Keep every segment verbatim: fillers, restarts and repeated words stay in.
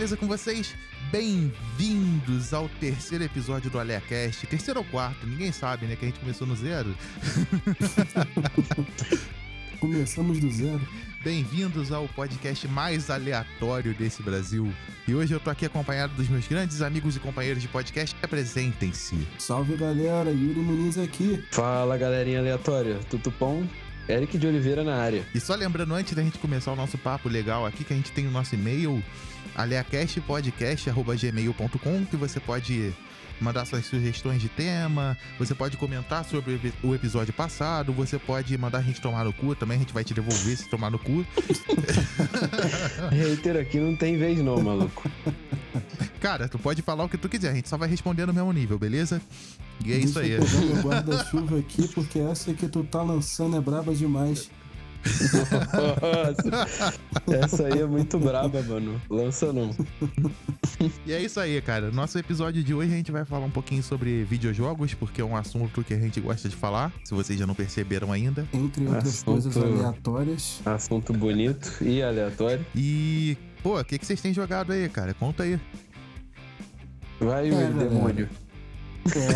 beleza com vocês? Bem-vindos ao terceiro episódio do AleaCast. Terceiro ou quarto, ninguém sabe, né? Que a gente começou no zero. Começamos do zero. Bem-vindos ao podcast mais aleatório desse Brasil. E hoje eu tô aqui acompanhado dos meus grandes amigos e companheiros de podcast. Apresentem-se. Salve, galera, Yuri Muniz aqui. Fala, galerinha aleatória, tudo bom? Eric de Oliveira na área. E só lembrando, antes da gente começar o nosso papo legal aqui, que a gente tem o nosso e-mail, aleacastpodcast arroba gmail ponto com, que você pode mandar suas sugestões de tema, você pode comentar sobre o episódio passado, você pode mandar a gente tomar no cu também, a gente vai te devolver se tomar no cu. Hater aqui não tem vez não, maluco. Cara, tu pode falar o que tu quiser, a gente só vai responder no mesmo nível, beleza? E é Deixa isso aí. eu pegar meu guarda-chuva aqui, porque essa que tu tá lançando é braba demais. Nossa, essa aí é muito braba, mano. Lança não. E é isso aí, cara. Nosso episódio de hoje a gente vai falar um pouquinho sobre videojogos, porque é um assunto que a gente gosta de falar, se vocês já não perceberam ainda. Entre outras Assunto- coisas aleatórias. Assunto bonito e aleatório. E, pô, o que, que vocês têm jogado aí, cara? Conta aí. Vai, É, o galera. demônio. É.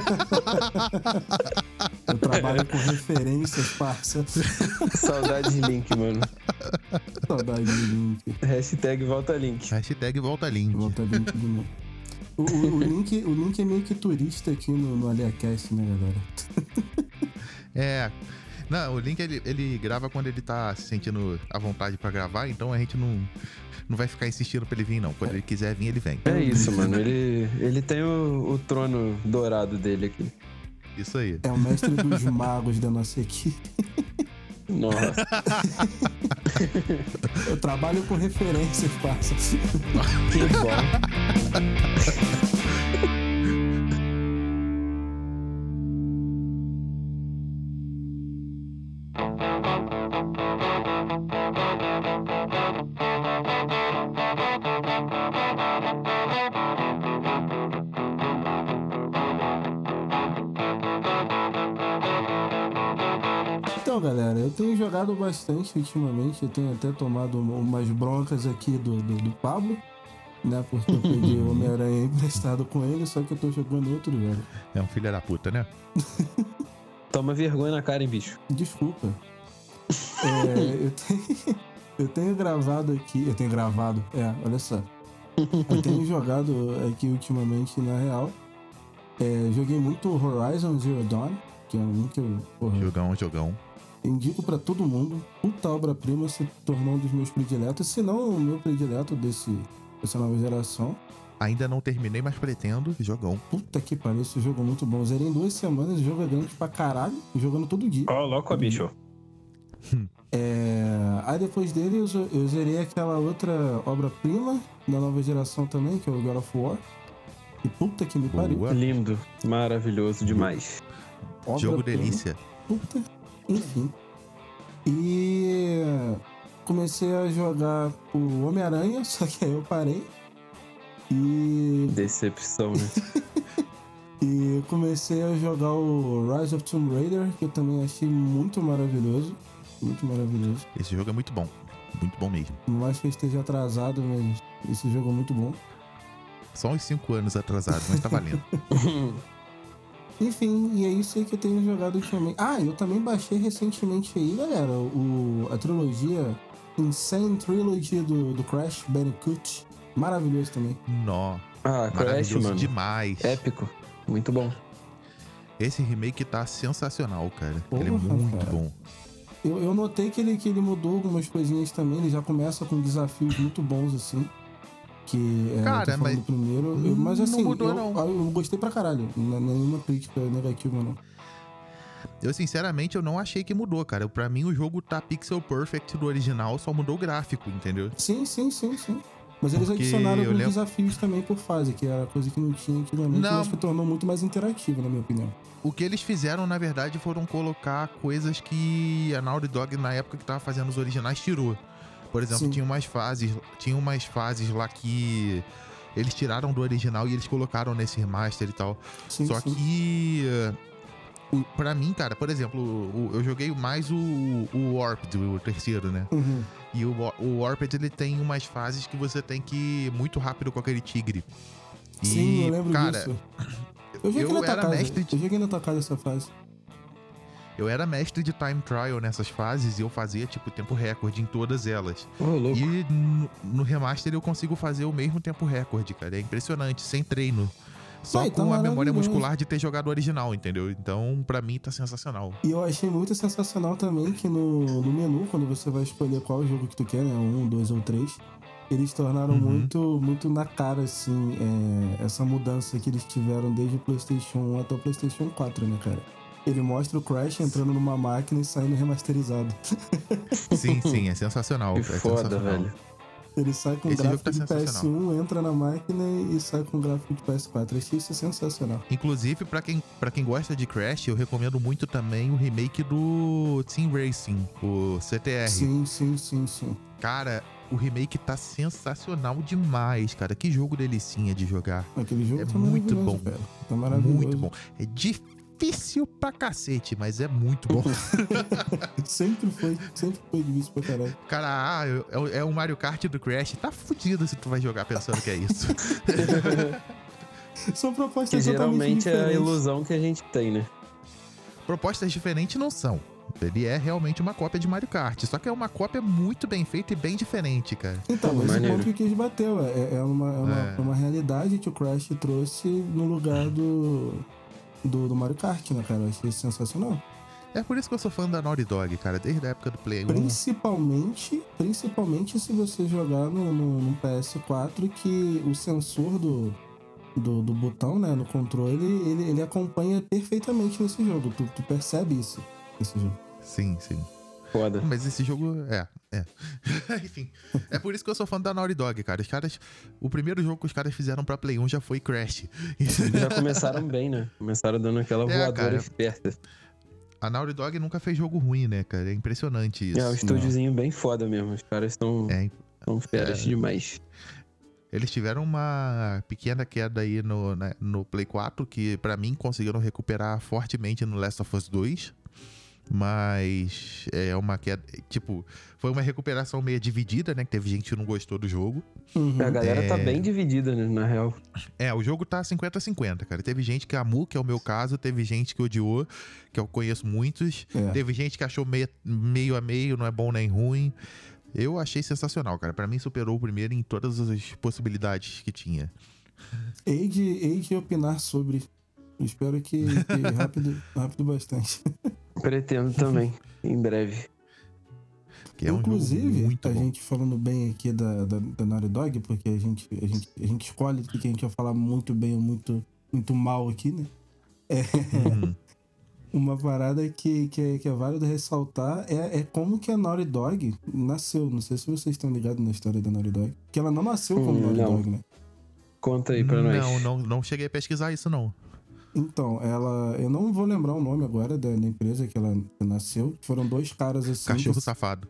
Eu trabalho com referências, parça. Saudade de link, mano. Saudade de link. Hashtag volta link. Hashtag volta link. Volta link de novo. O, o, o, link, o link é meio que turista aqui no, no AleaCast, né, galera? É. Não, o Link ele, ele grava quando ele tá se sentindo à vontade pra gravar, então a gente não, não vai ficar insistindo pra ele vir, não. Quando ele quiser vir, ele vem. É isso, mano. Ele, ele tem o, o trono dourado dele aqui. Isso aí. É o mestre dos magos da nossa equipe. Nossa. Eu trabalho com referências, parça. Que bom. Então, galera, eu tenho jogado bastante ultimamente. Eu tenho até tomado umas broncas aqui do, do, do Pablo, né? Porque eu peguei o Homem-Aranha emprestado com ele, só que eu tô jogando outro jogo. É um filho da puta, né? Toma vergonha na cara, hein, bicho. Desculpa. É, eu, tenho, eu tenho gravado aqui. Eu tenho gravado, é, olha só. Eu tenho jogado aqui ultimamente, na real. É, joguei muito Horizon Zero Dawn, que é um que eu, porra, Jogão, jogão. indico pra todo mundo. Puta obra-prima, se tornou um dos meus prediletos, se não o meu predileto desse, dessa nova geração. Ainda não terminei, mas pretendo. Jogão. Puta que pariu, esse jogo é muito bom. Zerei em duas semanas, o jogo é grande pra caralho, jogando todo dia. Ó, louco, bicho. É... Aí depois dele eu, zo- eu zerei aquela outra obra-prima da nova geração também, que é o God of War. E puta que me pariu. Boa. Lindo. Maravilhoso demais. Jogo Obra-prima. delícia. Puta, enfim. E comecei a jogar o Homem-Aranha, só que aí eu parei. E, Decepção, né? e comecei a jogar o Rise of Tomb Raider, que eu também achei muito maravilhoso. Muito maravilhoso. Esse jogo é muito bom. Muito bom mesmo. Por mais que eu esteja atrasado, mas esse jogo é muito bom. Só uns cinco anos atrasado, mas tá valendo. Enfim, e é isso aí que eu tenho jogado ultimamente. Ah, eu também baixei recentemente aí, galera, o, a trilogia Insane Trilogy do, do Crash Bandicoot. Maravilhoso também. Nó. Ah, Crash, Maravilhoso mano. demais. Épico. Muito bom. Esse remake tá sensacional, cara. Porra, ele é muito cara. bom. Eu, eu notei que ele, que ele mudou algumas coisinhas também, ele já começa com desafios muito bons, assim. Que é, Cara, eu tô falando mas do primeiro. Eu- mas não assim, mudou, eu, não. eu gostei pra caralho. Não é nenhuma crítica negativa, não. Eu, sinceramente, eu não achei que mudou, cara. Pra mim, o jogo tá pixel perfect do original, só mudou o gráfico, entendeu? Sim, sim, sim, sim. Mas eles Porque adicionaram eu alguns lembro- desafios também por fase, que era coisa que não tinha antigamente, Não. mas que tornou muito mais interativo, na minha opinião. O que eles fizeram, na verdade, foram colocar coisas que a Naughty Dog, na época que tava fazendo os originais, tirou. Por exemplo, Sim. tinha umas fases, tinha umas fases lá que eles tiraram do original e eles colocaram nesse remaster e tal. Sim, Só sim. que uh, o, pra mim, cara, por exemplo, o- eu joguei mais o, o Warped, o terceiro, né? Uhum. E o, o Warped, ele tem umas fases que você tem que ir muito rápido com aquele tigre. E, Sim, eu lembro cara, disso. Eu joguei eu na tua era casa. mestre de- Eu joguei na tua casa essa fase. Eu era mestre de time trial nessas fases e eu fazia, tipo, tempo recorde em todas elas. Ô, louco. E no, no remaster eu consigo fazer o mesmo tempo recorde, cara. É impressionante, sem treino. Só Ai, tá com a memória maravilhoso. muscular de ter jogado o original, entendeu? Então, pra mim, tá sensacional. E eu achei muito sensacional também que no, no menu, quando você vai escolher qual jogo que tu quer, né? Um, dois ou três, eles tornaram Uhum. muito, muito na cara, assim, é, essa mudança que eles tiveram desde o PlayStation um até o PlayStation quatro, né, cara? Ele mostra o Crash entrando numa máquina e saindo remasterizado. Sim, sim, é sensacional. Que é foda, sensacional. velho. Ele sai com Esse jogo gráfico tá de P S sensacional. um, entra na máquina e sai com gráfico de P S quatro. Achei isso sensacional. Inclusive, pra quem, pra quem gosta de Crash, eu recomendo muito também o remake do Team Racing, o C T R. Sim, sim, sim, sim. Cara, o remake tá sensacional demais, cara. Que jogo delicinha de jogar. Aquele jogo É tá muito maravilhoso, bom. cara. Tá maravilhoso. Muito bom. É difícil pra cacete, mas é muito bom. Sempre foi, sempre foi difícil pra caralho. Cara, ah, é, é o Mario Kart do Crash. Tá fudido se tu vai jogar pensando que é isso. São propostas Que totalmente geralmente é a diferentes. ilusão que a gente tem, né? Propostas diferentes não são. Ele é realmente uma cópia de Mario Kart. Só que é uma cópia muito bem feita e bem diferente, cara. Então, Pô, esse maneiro. ponto que quis bateu. É, é, uma, é, uma, É. é uma realidade que o Crash trouxe no lugar do, do, do Mario Kart, né, cara? Eu achei sensacional. É por isso que eu sou fã da Naughty Dog, cara. Desde a época do Play um. Principalmente, principalmente se você jogar no, no, no P S quatro, que o sensor do, do, do botão, né, no controle, ele, ele acompanha perfeitamente nesse jogo. Tu, tu percebe isso nesse jogo. Sim, sim. Foda. Mas esse jogo é, é. Enfim, é por isso que eu sou fã da Naughty Dog, cara. Os caras, o primeiro jogo que os caras fizeram pra Play um já foi Crash. Já começaram bem, né? Começaram dando aquela É, voadora cara. esperta. A Naughty Dog nunca fez jogo ruim, né, cara? É impressionante isso. É um estúdiozinho bem foda mesmo. Os caras estão É, tão feras é. demais. eles tiveram uma pequena queda aí no, né, no Play quatro, que pra mim conseguiram recuperar fortemente no Last of Us dois. Mas é uma queda, tipo, foi uma recuperação meio dividida, né? Que teve gente que não gostou do jogo. Uhum. A galera tá É. bem dividida, né? Na real. É, o jogo tá cinquenta a cinquenta, cara. Teve gente que amou, que é o meu caso. Teve gente que odiou, que eu conheço muitos. É. Teve gente que achou meio, meio a meio, não é bom nem ruim. Eu achei sensacional, cara. Pra mim superou o primeiro em todas as possibilidades que tinha. Hei de, hei de opinar sobre. Espero que, que rápido, rápido bastante. Pretendo também, em breve. Que é um Inclusive, jogo muito a bom. gente falando bem aqui da, da, da Naughty Dog, porque a gente, a, gente, a gente escolhe o que a gente vai falar muito bem ou muito, muito mal aqui, né? É, Uhum. uma parada que, que, é, que é válido ressaltar é, é como que a Naughty Dog nasceu. Não sei se vocês estão ligados na história da Naughty Dog. Que ela não nasceu como Hum, Naughty não. Dog, né? Conta aí pra nós. Não, não, não cheguei a pesquisar isso, não. Então, ela... Eu não vou lembrar o nome agora da, da empresa que ela nasceu. Foram dois caras assim... Cachorro que- safado.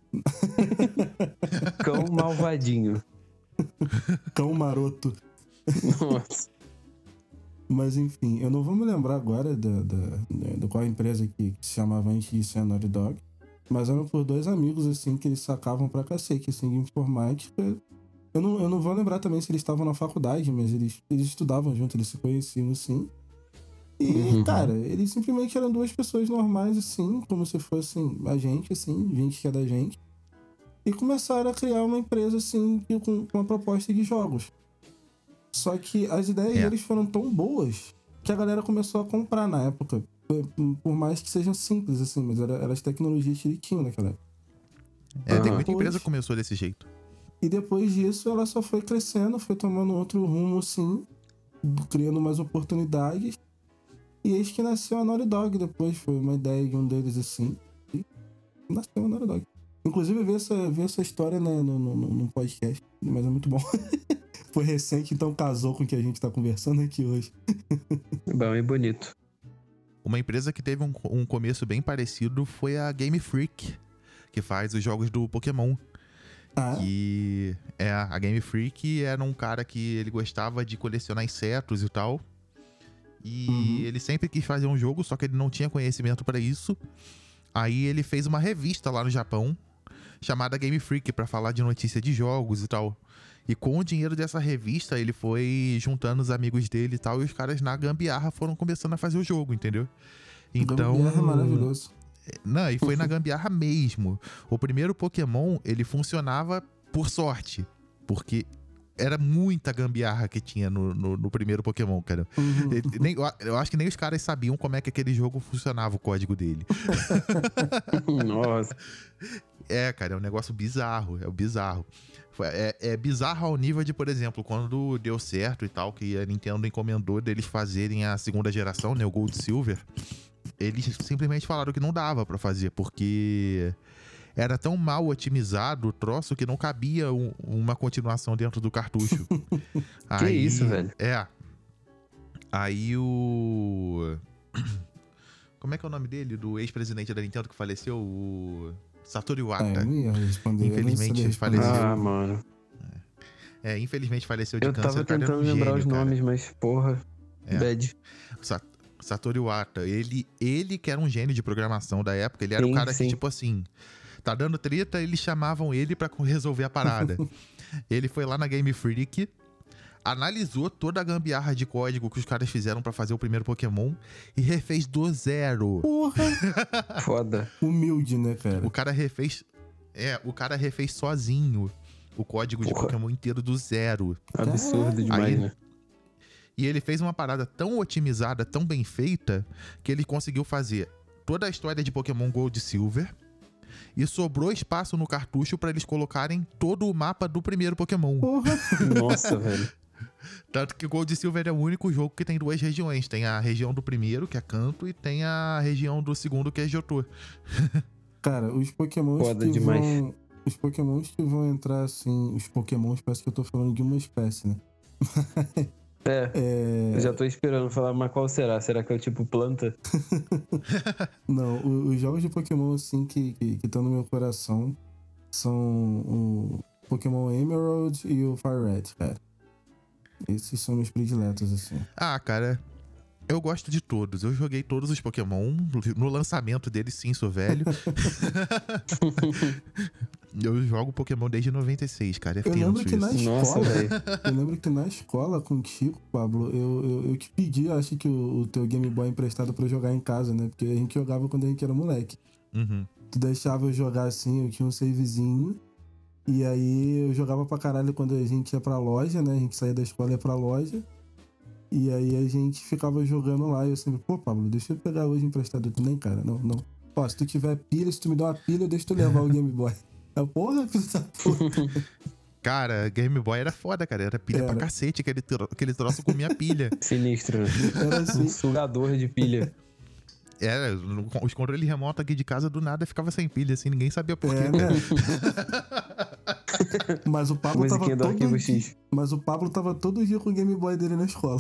Cão malvadinho. Cão maroto. Nossa. Mas enfim, eu não vou me lembrar agora da, da, da, da qual empresa que, que se chamava antes de ser a Naughty Dog. Mas eram por dois amigos, assim, que eles sacavam pra cacete, assim, de informática. Eu não, eu não vou lembrar também se eles estavam na faculdade, mas eles, eles estudavam junto, eles se conheciam, assim. E, Uhum. cara, eles simplesmente eram duas pessoas normais, assim, como se fossem a gente, assim, gente que é da gente. E começaram a criar uma empresa, assim, que- com, com uma proposta de jogos. Só que as ideias É. deles foram tão boas que a galera começou a comprar na época. Por, por mais que sejam simples, assim, mas era, eram as tecnologias que ele tinha naquela época. É, tem Aham. muita empresa que Depois- começou desse jeito. E depois disso, ela só foi crescendo, foi tomando outro rumo, assim, criando mais oportunidades. E eis que nasceu a Naughty Dog depois. Foi uma ideia de um deles, assim. E nasceu a Naughty Dog. Inclusive, eu vi essa, vi essa história né, no, no, no podcast, mas é muito bom. Foi recente, então casou com o que a gente tá conversando aqui hoje. Bom e bonito. Uma empresa que teve um, um começo bem parecido foi a Game Freak, que faz os jogos do Pokémon. Ah, Que é a Game Freak era um cara que ele gostava de colecionar insetos e tal. E Uhum. ele sempre quis fazer um jogo, só que ele não tinha conhecimento pra isso. Aí ele fez uma revista lá no Japão, chamada Game Freak pra falar de notícia de jogos e tal. E com o dinheiro dessa revista, ele foi juntando os amigos dele e tal, e os caras na gambiarra foram começando a fazer o jogo, entendeu? Então... Gambiarra é maravilhoso. Não, e foi na gambiarra mesmo. O primeiro Pokémon, ele funcionava por sorte, porque era muita gambiarra que tinha no, no, no primeiro Pokémon, cara. Uhum. Nem, eu acho que nem os caras sabiam como é que aquele jogo funcionava, o código dele. Nossa. É, cara, é um negócio bizarro, é bizarro. É, é bizarro ao nível de, por exemplo, quando deu certo e tal, que a Nintendo encomendou deles fazerem a segunda geração, né, o Gold e Silver, eles simplesmente falaram que não dava pra fazer, porque era tão mal otimizado o troço que não cabia um, uma continuação dentro do cartucho. Que Aí, isso, velho? É. Aí o... Como é que é o nome dele? Do ex-presidente da Nintendo que faleceu? O... Satoru Ah, Iwata. eu não ia responder. Infelizmente, eu não sabia responder. faleceu. Ah, mano. É, infelizmente faleceu de Eu câncer. tava O cara era tentando um lembrar gênio, os cara. nomes, mas porra. É. Bad. Sa- Satoru Iwata, ele, ele que era um gênio de programação da época, ele era Sim, o cara sim. que, tipo assim, tá dando treta, eles chamavam ele pra resolver a parada. Ele foi lá na Game Freak, analisou toda a gambiarra de código que os caras fizeram pra fazer o primeiro Pokémon e refez do zero. Porra! Foda. Humilde, né, cara? O cara refez... É, o cara refez sozinho o código de Porra. Pokémon inteiro do zero. Absurdo demais, Aí- né? E ele fez uma parada tão otimizada, tão bem feita, que ele conseguiu fazer toda a história de Pokémon Gold e Silver e sobrou espaço no cartucho pra eles colocarem todo o mapa do primeiro Pokémon. Porra! Nossa, velho. Tanto que Gold e Silver é o único jogo que tem duas regiões. Tem a região do primeiro, que é Kanto, e tem a região do segundo, que é Johto. Cara, os pokémons Foda que demais. vão... Os pokémons que vão entrar, assim... Os pokémons, parece que eu tô falando de uma espécie, né? É, É... eu já tô esperando falar, mas qual será? Será que é o tipo planta? Não, o- os jogos de Pokémon, assim, que estão que, estão no meu coração são o Pokémon Emerald e o Fire Red, cara. Esses são meus prediletos, assim. Ah, cara, eu gosto de todos. Eu joguei todos os Pokémon. No lançamento deles, sim, sou velho. Eu jogo Pokémon desde noventa e seis, cara. É Eu lembro tenso que na isso. Nossa, escola, velho. eu lembro que na escola contigo, Pablo, eu, eu, eu te pedi, acho que o, o teu Game Boy emprestado pra eu jogar em casa, né? Porque a gente jogava quando a gente era moleque. Uhum. Tu deixava eu jogar assim, eu tinha um savezinho. E aí eu jogava pra caralho quando a gente ia pra loja, né? A gente saía da escola e ia pra loja. E aí a gente ficava jogando lá. E eu sempre, pô, Pablo, deixa eu pegar hoje emprestado. Tu nem, cara, não, não. Ó, se tu tiver pilha, se tu me der uma pilha, eu deixo tu levar o Game Boy. Eu, porra, filho da puta. Cara, Game Boy era foda, cara. Era pilha Era. pra cacete. Aquele, tro- aquele troço comia pilha. Sinistro, né? Era assim. Um sugador de pilha. Era, no- os controles remotos aqui de casa do nada ficava sem pilha, assim. Ninguém sabia por quê, É, cara. né? Mas o Pablo tava Musiquinha do todo Arquivo dia, X. Mas o Pablo tava todo dia com o Game Boy dele na escola.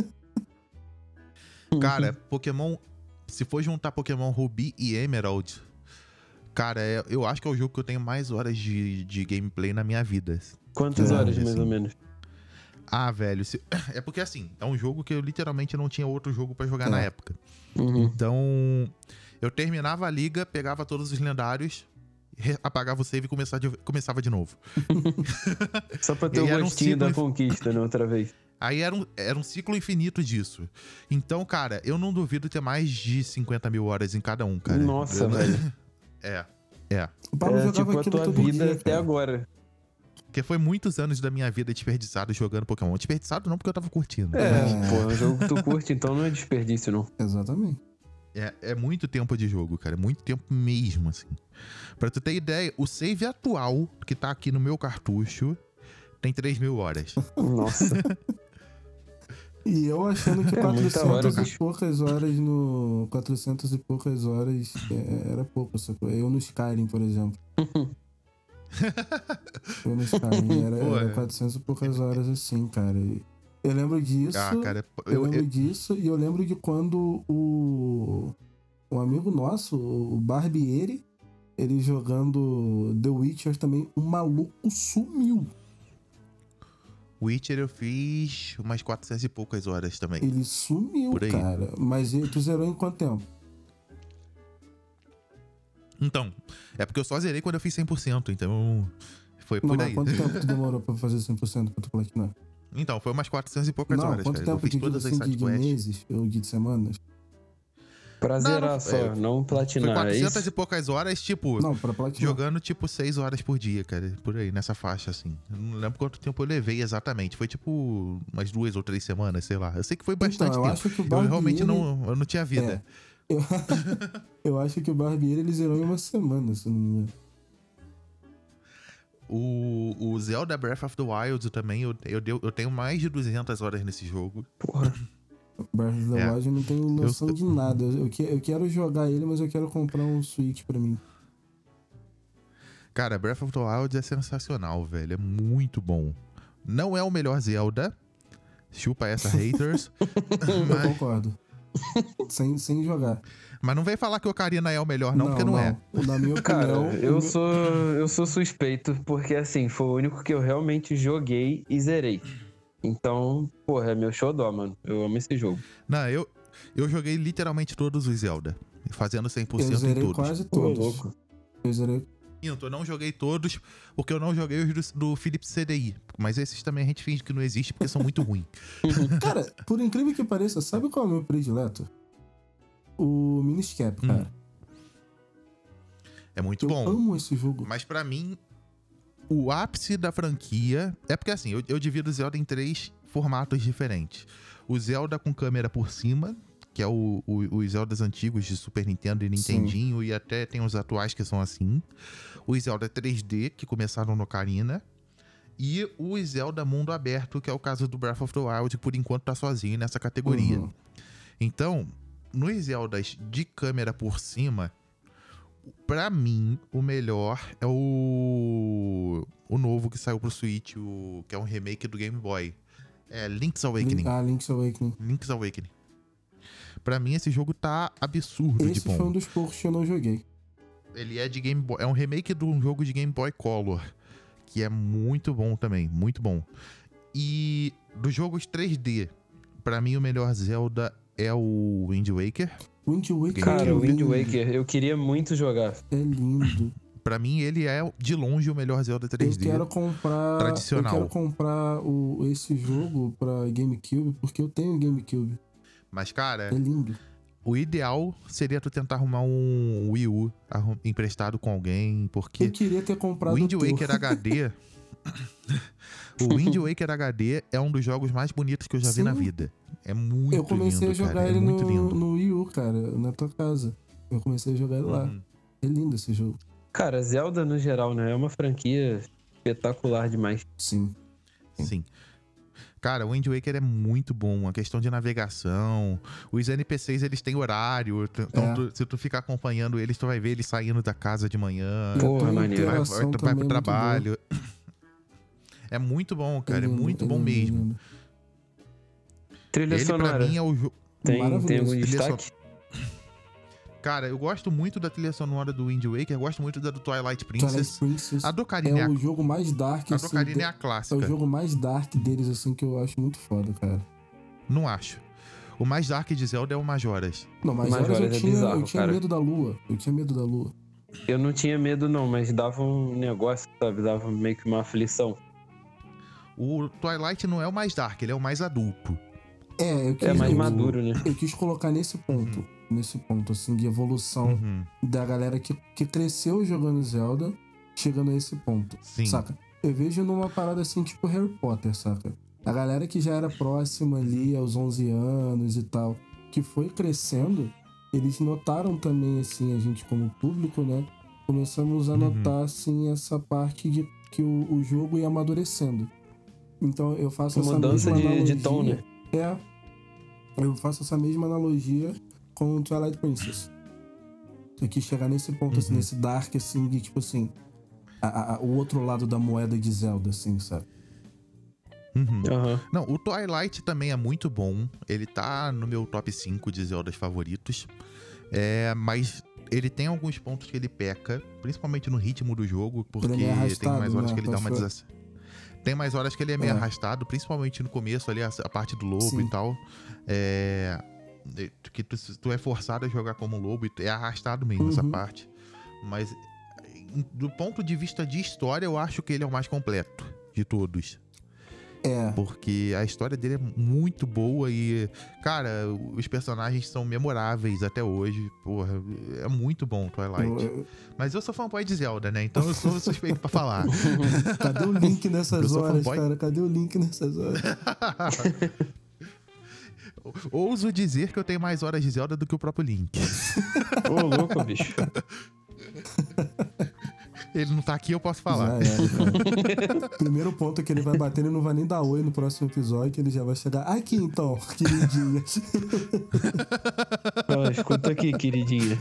Cara, Pokémon... Se for juntar Pokémon Ruby e Emerald... Cara, é- eu acho que é o jogo que eu tenho mais horas de, de gameplay na minha vida. Quantas É, horas, mais assim. ou menos? Ah, velho... se- É porque, assim, é um jogo que eu literalmente não tinha outro jogo pra jogar É. na época. Uhum. Então... Eu terminava a liga, pegava todos os lendários... re- Apagava o save e começava de, começava de novo. Só pra E ter aí o era um gostinho ciclo da inf- conquista, né? Outra vez. Aí era um, era um ciclo infinito disso. Então, cara, eu não duvido ter mais de cinquenta mil horas em cada um, cara. Nossa, Eu não- velho. É, é. O Pablo É jogava tipo a aquilo tua todo vida dia, até cara. agora. Porque foi muitos anos da minha vida desperdiçado jogando Pokémon. Desperdiçado não, porque eu tava curtindo. É, É. pô, é um jogo que tu curte, então não é desperdício, não. Exatamente. É, é muito tempo de jogo, cara. É muito tempo mesmo, assim. Pra tu ter ideia, o save atual, que tá aqui no meu cartucho, tem três mil horas. Nossa. E eu achando que É muita hora, quatrocentas e bicho. poucas horas no... quatrocentas e poucas horas é, era pouco, sacou? Eu no Skyrim, por exemplo. Eu no Skyrim era, Pô, era é. quatrocentas e poucas horas assim, cara. E eu lembro disso. Ah, cara, Eu, eu, lembro eu- disso e eu lembro de quando o, um amigo nosso, o Barbieri, ele jogando The Witcher também, o maluco sumiu. Witcher eu fiz umas quatrocentas e poucas horas também. Ele sumiu, Por aí. cara. Mas ele, tu zerou em quanto tempo? Então, é porque eu só zerei quando eu fiz cem por cento, então foi por Não, mas aí. quanto tempo tu demorou pra fazer cem por cento pra tu platinar? Então, foi umas quatrocentas e poucas Não, horas, quanto cara. Eu tempo fiz de todas as assim, de, de sidequests. meses ou de semanas? Pra Não, zerar não, só, é, não Foi platinar, é quatrocentas isso? e poucas horas, tipo, Não, pra platinar. jogando tipo seis horas por dia, cara. Por aí, nessa faixa, assim. Eu não lembro quanto tempo eu levei exatamente. Foi tipo umas duas ou três semanas, sei lá. Eu sei que foi bastante Então, eu tempo. acho que o Eu Barbie, realmente ele- não, eu não tinha vida. É. Eu, eu acho que o Barbeiro ele zerou em uma semana, se não me engano. O, o Zelda Breath of the Wild também, eu, eu, deu- eu tenho mais de duzentas horas nesse jogo. Porra. Breath of the É. Wild eu não tenho noção Eu- de nada. Eu, que- eu quero jogar ele, mas eu quero comprar um Switch pra mim. Cara, Breath of the Wild é sensacional, velho. É muito bom. Não é o melhor Zelda. Chupa essa, haters. Eu mas, concordo. sem, sem jogar. mas não vem falar que o Ocarina é o melhor, não, porque não, é. Na minha Cara, opinião. o eu meu- sou, eu sou suspeito, porque assim, foi o único que eu realmente joguei e zerei. Então, porra, é meu xodó, mano. Eu amo esse jogo. Não, eu, eu joguei literalmente todos os Zelda. Fazendo cem por Eu cento em zerei todos. quase Pô, todos. louco. Eu zerei. Minto, eu não joguei todos, porque eu não joguei os do, do Philips C D I. Mas esses também a gente finge que não existe, porque são muito ruins. Cara, por incrível que pareça, sabe qual é o meu predileto? O Minish Cap, Hum. cara. É muito Eu bom. amo esse jogo. Mas pra mim, o ápice da franquia... É porque assim, eu, eu divido o Zelda em três formatos diferentes. O Zelda com câmera por cima, que é o, o, os Zeldas antigos de Super Nintendo e Nintendinho, e até tem os atuais que são assim. Os Zelda três D, que começaram no Ocarina. E o Zelda mundo aberto, que é o caso do Breath of the Wild, que por enquanto tá sozinho nessa categoria. Uhum. Então, nos Zeldas de câmera por cima, pra mim, o melhor é o o novo que saiu pro Switch, o... que é um remake do Game Boy. É Link's Awakening. Link, ah, Link's Awakening. Link's Awakening. Pra mim, esse jogo tá absurdo Esse de bom. foi um dos poucos que eu não joguei. Ele é de Game Boy... É um remake de um jogo de Game Boy Color, que é muito bom também, muito bom. E dos jogos três D, pra mim, o melhor Zelda é o Wind Waker. Wind Waker Cara, é o Wind lindo. Waker, eu queria muito jogar. É lindo. Pra mim, ele é, de longe, o melhor Zelda três D. Eu quero comprar. tradicional. Eu quero comprar o, esse jogo pra GameCube, porque eu tenho GameCube. Mas, cara, É lindo. o ideal seria tu tentar arrumar um Wii U arrum- emprestado com alguém, porque Eu queria ter o comprado Wind o teu. Waker H D... o Wind Waker H D é um dos jogos mais bonitos que eu já Sim. vi na vida. É muito Eu comecei lindo, a jogar cara. ele é muito no, lindo. no Wii U, cara, na tua casa. Eu comecei a jogar ele lá. Uhum. É lindo esse jogo. Cara, Zelda no geral, né? É uma franquia espetacular demais. Sim. Sim. Cara, o Wind Waker é muito bom. A questão de navegação. Os N P Cs, eles têm horário. t- Então, É. tu- se tu ficar acompanhando eles, tu vai ver eles saindo da casa de manhã. E a Porra, tua maneiro. Vai, vai, interação vai pro também é muito trabalho. É muito bom, boa. cara. É lindo, muito bom lindo, mesmo. lindo. Trilha Ele, pra sonora. mim, é o jogo... Tem, tem maravilhoso. algum Trilha destaque? Cara, eu gosto muito da trilha sonora do Wind Waker. Eu gosto muito da do Twilight Princess. Twilight Princess A do Ocarina é, é a... o jogo mais dark, a do assim, Ocarina de- é a é clássica. o jogo mais dark deles, assim, que eu acho muito foda, cara. Não acho. O mais dark de Zelda é o Majoras. Não, mas Majora's horas eu é tinha, bizarro, eu tinha cara. medo da lua. Eu tinha medo da lua. Eu não tinha medo, não, mas dava um negócio, sabe? Dava meio que uma aflição. O Twilight não é o mais dark, ele é o mais adulto. É, eu quis, É mais eu, maduro, né? eu quis colocar nesse ponto. Nesse ponto, assim, de evolução Uhum. da galera que, que cresceu jogando Zelda, chegando a esse ponto. Sim. Saca? Eu vejo numa parada assim, tipo Harry Potter, saca? A galera que já era próxima ali aos onze anos e tal, que foi crescendo, eles notaram também, assim, a gente como público, né? Começamos a Uhum. notar, assim, essa parte de que o, o jogo ia amadurecendo. Então eu faço essa Mudança mesma de, analogia. de tom, né? É. Eu faço essa mesma analogia com o Twilight Princess. Eu quis chegar nesse ponto, assim, Uhum. nesse dark, assim, de tipo assim, a- a- o outro lado da moeda de Zelda, assim, sabe? Uhum. Aham. Não, o Twilight também é muito bom. Ele tá no meu top cinco de Zeldas favoritos. É, mas ele tem alguns pontos que ele peca, principalmente no ritmo do jogo, porque Ele é meio tem arrastado, mais horas né? que ele dá uma Achou? desac... Tem mais horas que ele é meio É. arrastado, principalmente no começo ali, a, a parte do lobo Sim. e tal. É, que tu, tu é forçado a jogar como lobo e tu- é arrastado mesmo essa Uhum. parte. Mas do ponto de vista de história, eu acho que ele é o mais completo de todos. É. Porque a história dele é muito boa e, cara, os personagens são memoráveis até hoje. Porra, é muito bom Twilight. Eu, eu... Mas eu sou fanboy de Zelda, né? Então eu sou suspeito pra falar. Cadê o link nessas horas, fanboy... cara? Cadê o link nessas horas? Ouso dizer que eu tenho mais horas de Zelda do que o próprio Link. Ô, louco, bicho. Ele não tá aqui, eu posso falar. Já é, cara. Primeiro ponto que ele vai bater, ele não vai nem dar oi no próximo episódio, que ele já vai chegar. Aqui então, queridinha. Oh, escuta aqui, queridinha.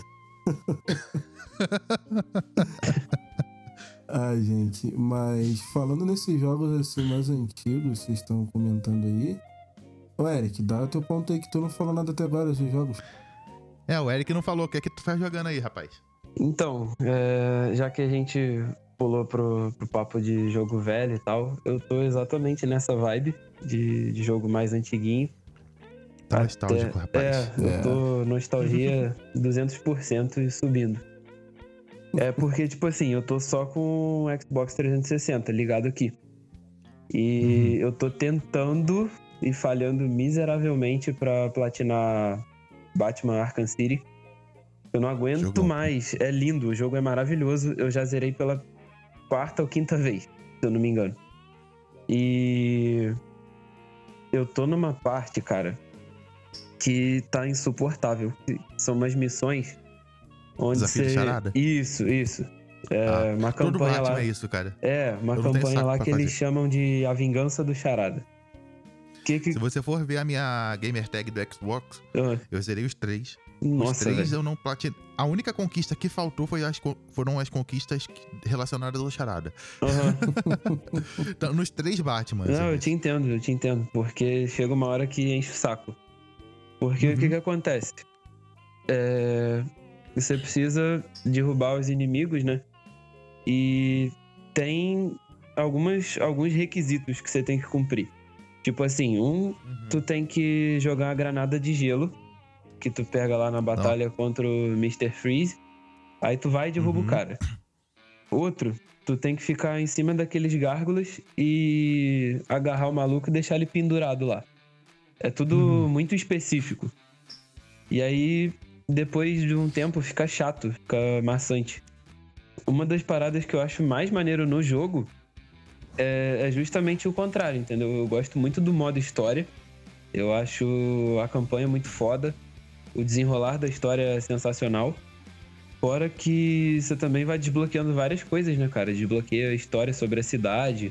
Ai, gente, mas falando nesses jogos assim mais antigos, vocês estão comentando aí. Ô, Eric, dá o teu ponto aí que tu não falou nada até agora desses jogos. É, o Eric não falou. O que é que tu tá jogando aí, rapaz? Então, é, já que a gente pulou pro, pro papo de jogo velho e tal, eu tô exatamente nessa vibe de, de jogo mais antiguinho. Tá nostálgico, rapaz. É, eu É. tô nostalgia duzentos por cento e subindo. É porque, tipo assim, eu tô só com o Xbox trezentos e sessenta ligado aqui. E Uhum. eu tô tentando e falhando miseravelmente pra platinar Batman Arkham City. Eu não aguento Jogão. mais. É lindo, o jogo é maravilhoso. Eu já zerei pela quarta ou quinta vez, se eu não me engano. E eu tô numa parte, cara, que tá insuportável. São umas missões onde Desafio de você... charada? Isso, isso. É Ah, uma todo campanha Batman lá. é isso, cara. É, uma Eu não tenho campanha saco lá pra que eles fazer. chamam de A Vingança do Charada. Que que... Se você for ver a minha gamer tag do Xbox, Ah, eu zerei os três. os nossa, três velho. eu não platinei. A única conquista que faltou foi as, co- foram as conquistas que- relacionadas ao charada. Aham. Então, nos três Batman. Não, eu te entendo, eu te entendo. Porque chega uma hora que enche o saco. Porque o Uhum. que que acontece? É... Você precisa derrubar os inimigos, né? E tem algumas, alguns requisitos que você tem que cumprir. Tipo assim, um, Uhum. tu tem que jogar uma granada de gelo, que tu pega lá na batalha contra o mister Freeze. Aí tu vai e derruba Uhum. o cara. Outro, tu tem que ficar em cima daqueles gárgulas e agarrar o maluco e deixar ele pendurado lá. É tudo Uhum. muito específico. E aí, depois de um tempo, fica chato, fica maçante. Uma das paradas que eu acho mais maneiro no jogo é, é justamente o contrário, entendeu? Eu gosto muito do modo história. Eu acho a campanha muito foda. O desenrolar da história é sensacional. Fora que você também vai desbloqueando várias coisas, né, cara? Desbloqueia a história sobre a cidade.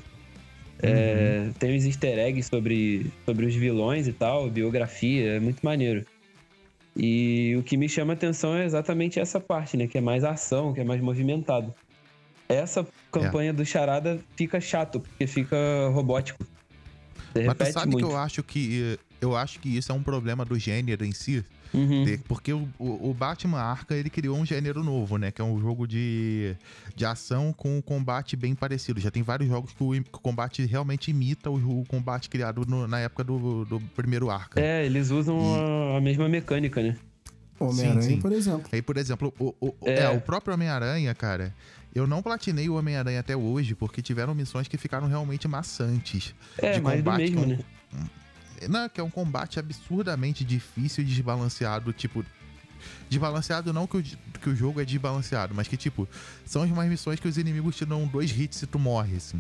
É, tem os easter eggs sobre, sobre os vilões e tal, biografia, é muito maneiro. E o que me chama a atenção é exatamente essa parte, né? Que é mais ação, que é mais movimentado. Essa campanha do Charada fica chato, porque fica robótico. Você Mas tu repete sabe muito. que eu acho que eu acho que isso é um problema do gênero em si. Uhum. De- porque o, o, o Batman Arkham, ele criou um gênero novo, né? Que é um jogo de, de ação com combate bem parecido. Já tem vários jogos que o, im- que o combate realmente imita o, o combate criado no- na época do, do primeiro Arkham. É, eles usam E- a, a mesma mecânica, né? Homem-Aranha, sim. por exemplo. Aí, por exemplo, o, o, É. é, o próprio Homem-Aranha, cara, eu não platinei o Homem-Aranha até hoje, porque tiveram missões que ficaram realmente maçantes. É, de mais do combate mesmo, com- né? Não, que é um combate absurdamente difícil e desbalanceado, tipo... Desbalanceado não que o, que o jogo é desbalanceado, mas que, tipo, são umas missões que os inimigos te dão dois hits e tu morre, assim.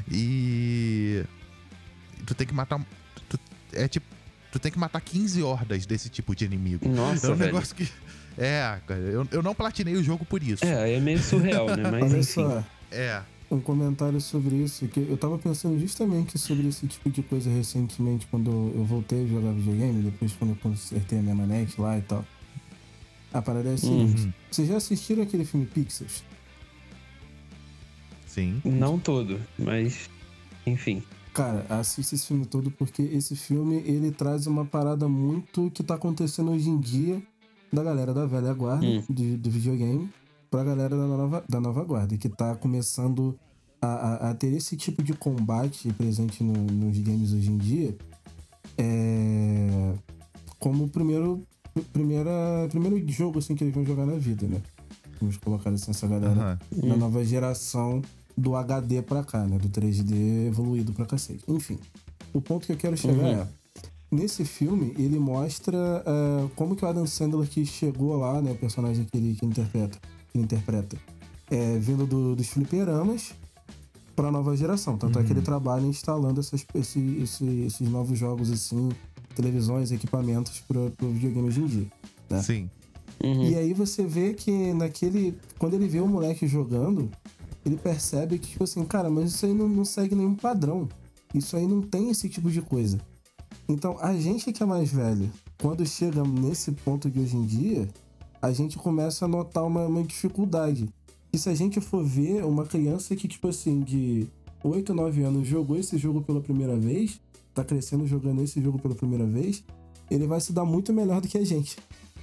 E... Tu tem que matar... Tu, é tipo... Tu tem que matar quinze hordas desse tipo de inimigo. Nossa, é um velho. negócio que... É, cara, eu, eu não platinei o jogo por isso. É, é meio surreal, né? Mas Olha enfim. só, É. um comentário sobre isso, que eu tava pensando justamente sobre esse tipo de coisa recentemente, quando eu voltei a jogar videogame, depois quando eu consertei a minha manete lá e tal. A parada é a seguinte, Uhum. vocês já assistiram aquele filme Pixels? Sim. Não todo, mas enfim. Cara, assiste esse filme todo porque esse filme, ele traz uma parada muito que tá acontecendo hoje em dia da galera da velha guarda Hum. de, do videogame pra galera da nova, da nova guarda, que tá começando a, a, a ter esse tipo de combate presente no, nos games hoje em dia, é, como o primeiro, primeira, primeiro jogo assim, que eles vão jogar na vida, né? vamos colocar assim, essa galera Uhum. na nova geração do H D pra cá, né? Do três D evoluído pra cacete. Enfim, o ponto que eu quero chegar Uhum. é... Nesse filme, ele mostra uh, como que o Adam Sandler que chegou lá, né? O personagem que ele, que ele interpreta, que ele interpreta é, vindo do, dos fliperamas pra nova geração. Tanto Uhum. é que ele trabalha instalando essas, esse, esse, esses novos jogos, assim, televisões, equipamentos pro, pro videogame hoje em dia, né? Sim. Uhum. E aí você vê que naquele... Quando ele vê o moleque jogando, ele percebe que, tipo assim, cara, mas isso aí não, não segue nenhum padrão. Isso aí não tem esse tipo de coisa. Então, a gente que é mais velho, quando chega nesse ponto de hoje em dia, a gente começa a notar uma, uma dificuldade. E se a gente for ver uma criança que, tipo assim, de oito, nove anos jogou esse jogo pela primeira vez, tá crescendo jogando esse jogo pela primeira vez, ele vai se dar muito melhor do que a gente.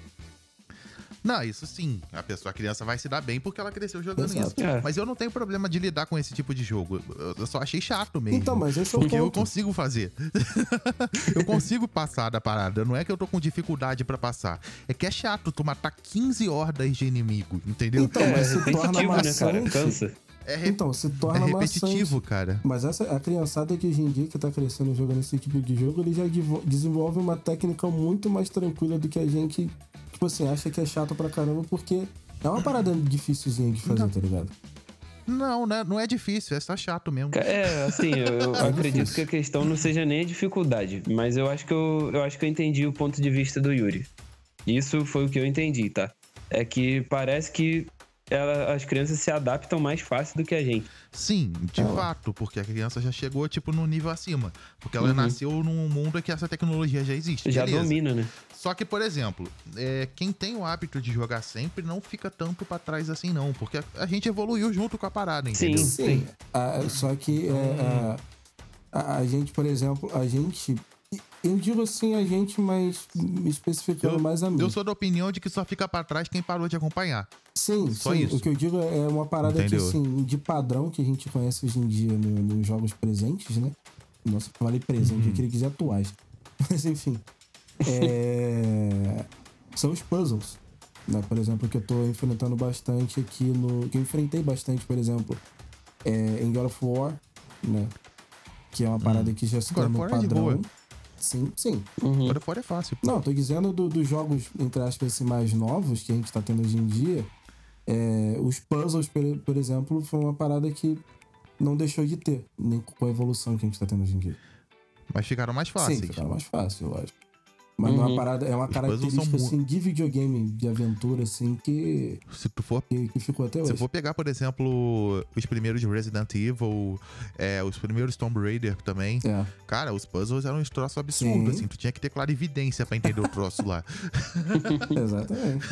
Não, isso sim. A pessoa, a criança vai se dar bem porque ela cresceu jogando Exato. isso. É. Mas eu não tenho problema de lidar com esse tipo de jogo. Eu- Eu só achei chato mesmo. Então, mas esse é o Porque eu ponto. consigo fazer. Eu consigo passar da parada. Não é que eu tô com dificuldade pra passar. É que é chato tu matar quinze hordas de inimigo, entendeu? Então, É, mas se torna repetitivo, né, cara? maçante. Cansa. É, re- Então, se é torna repetitivo, maçante. cara. Mas essa, a criançada de hoje em dia que tá crescendo jogando esse tipo de jogo, ele já devo- desenvolve uma técnica muito mais tranquila do que a gente, tipo assim, acha que é chato pra caramba, porque é uma parada dificilzinha de fazer, Não. tá ligado? Não, né? Não é difícil, é só chato mesmo. É, assim, eu, eu É acredito difícil. que a questão não seja nem a dificuldade, mas eu acho que eu, eu acho que eu entendi o ponto de vista do Yuri. Isso foi o que eu entendi, tá? É que parece que ela- as crianças se adaptam mais fácil do que a gente. Sim, de É. fato, porque a criança já chegou, tipo, no nível acima. Porque ela Uhum. nasceu num mundo em que essa tecnologia já existe. Já beleza. domina, né? Só que, por exemplo, é, quem tem o hábito de jogar sempre não fica tanto pra trás assim, não. Porque a, a gente evoluiu junto com a parada, Sim. entendeu? Sim. Ah, só que é, a, a, a gente, por exemplo, a gente. Eu digo assim a gente, mas me especificando Eu, mais a mim. eu sou da opinião de que só fica pra trás quem parou de acompanhar. Sim, Só sim. isso. O que eu digo é uma parada Entendeu? que, assim, de padrão que a gente conhece hoje em dia no- nos jogos presentes, né? Nossa, eu falei presente, Uhum. eu queria dizer atuais. Mas, enfim. É... São os puzzles. Né? Por exemplo, que eu tô enfrentando bastante aqui no... Que eu enfrentei bastante, por exemplo, é, em God of War, né? Que é uma parada que já se God of tornou War é de boa. padrão. Sim, sim. Uhum. Agora fora é fácil. Pô. Não, tô dizendo do- dos jogos, entre aspas, assim, mais novos que a gente tá tendo hoje em dia. É, os puzzles, por, por exemplo, foi uma parada que não deixou de ter, nem com a evolução que a gente tá tendo hoje em dia. Mas ficaram mais fáceis. Sim, ficaram mais fácil, lógico. Mas não é uma Uhum. parada, é uma Os puzzles característica são mu- assim, de videogame, de aventura, assim, que, Se tu for que, que ficou até Se hoje. for pegar, por exemplo, os primeiros Resident Evil, é, os primeiros Tomb Raider também, É. cara, os puzzles eram um troço absurdo, Sim. assim, tu tinha que ter clarividência pra entender o troço lá. Exatamente.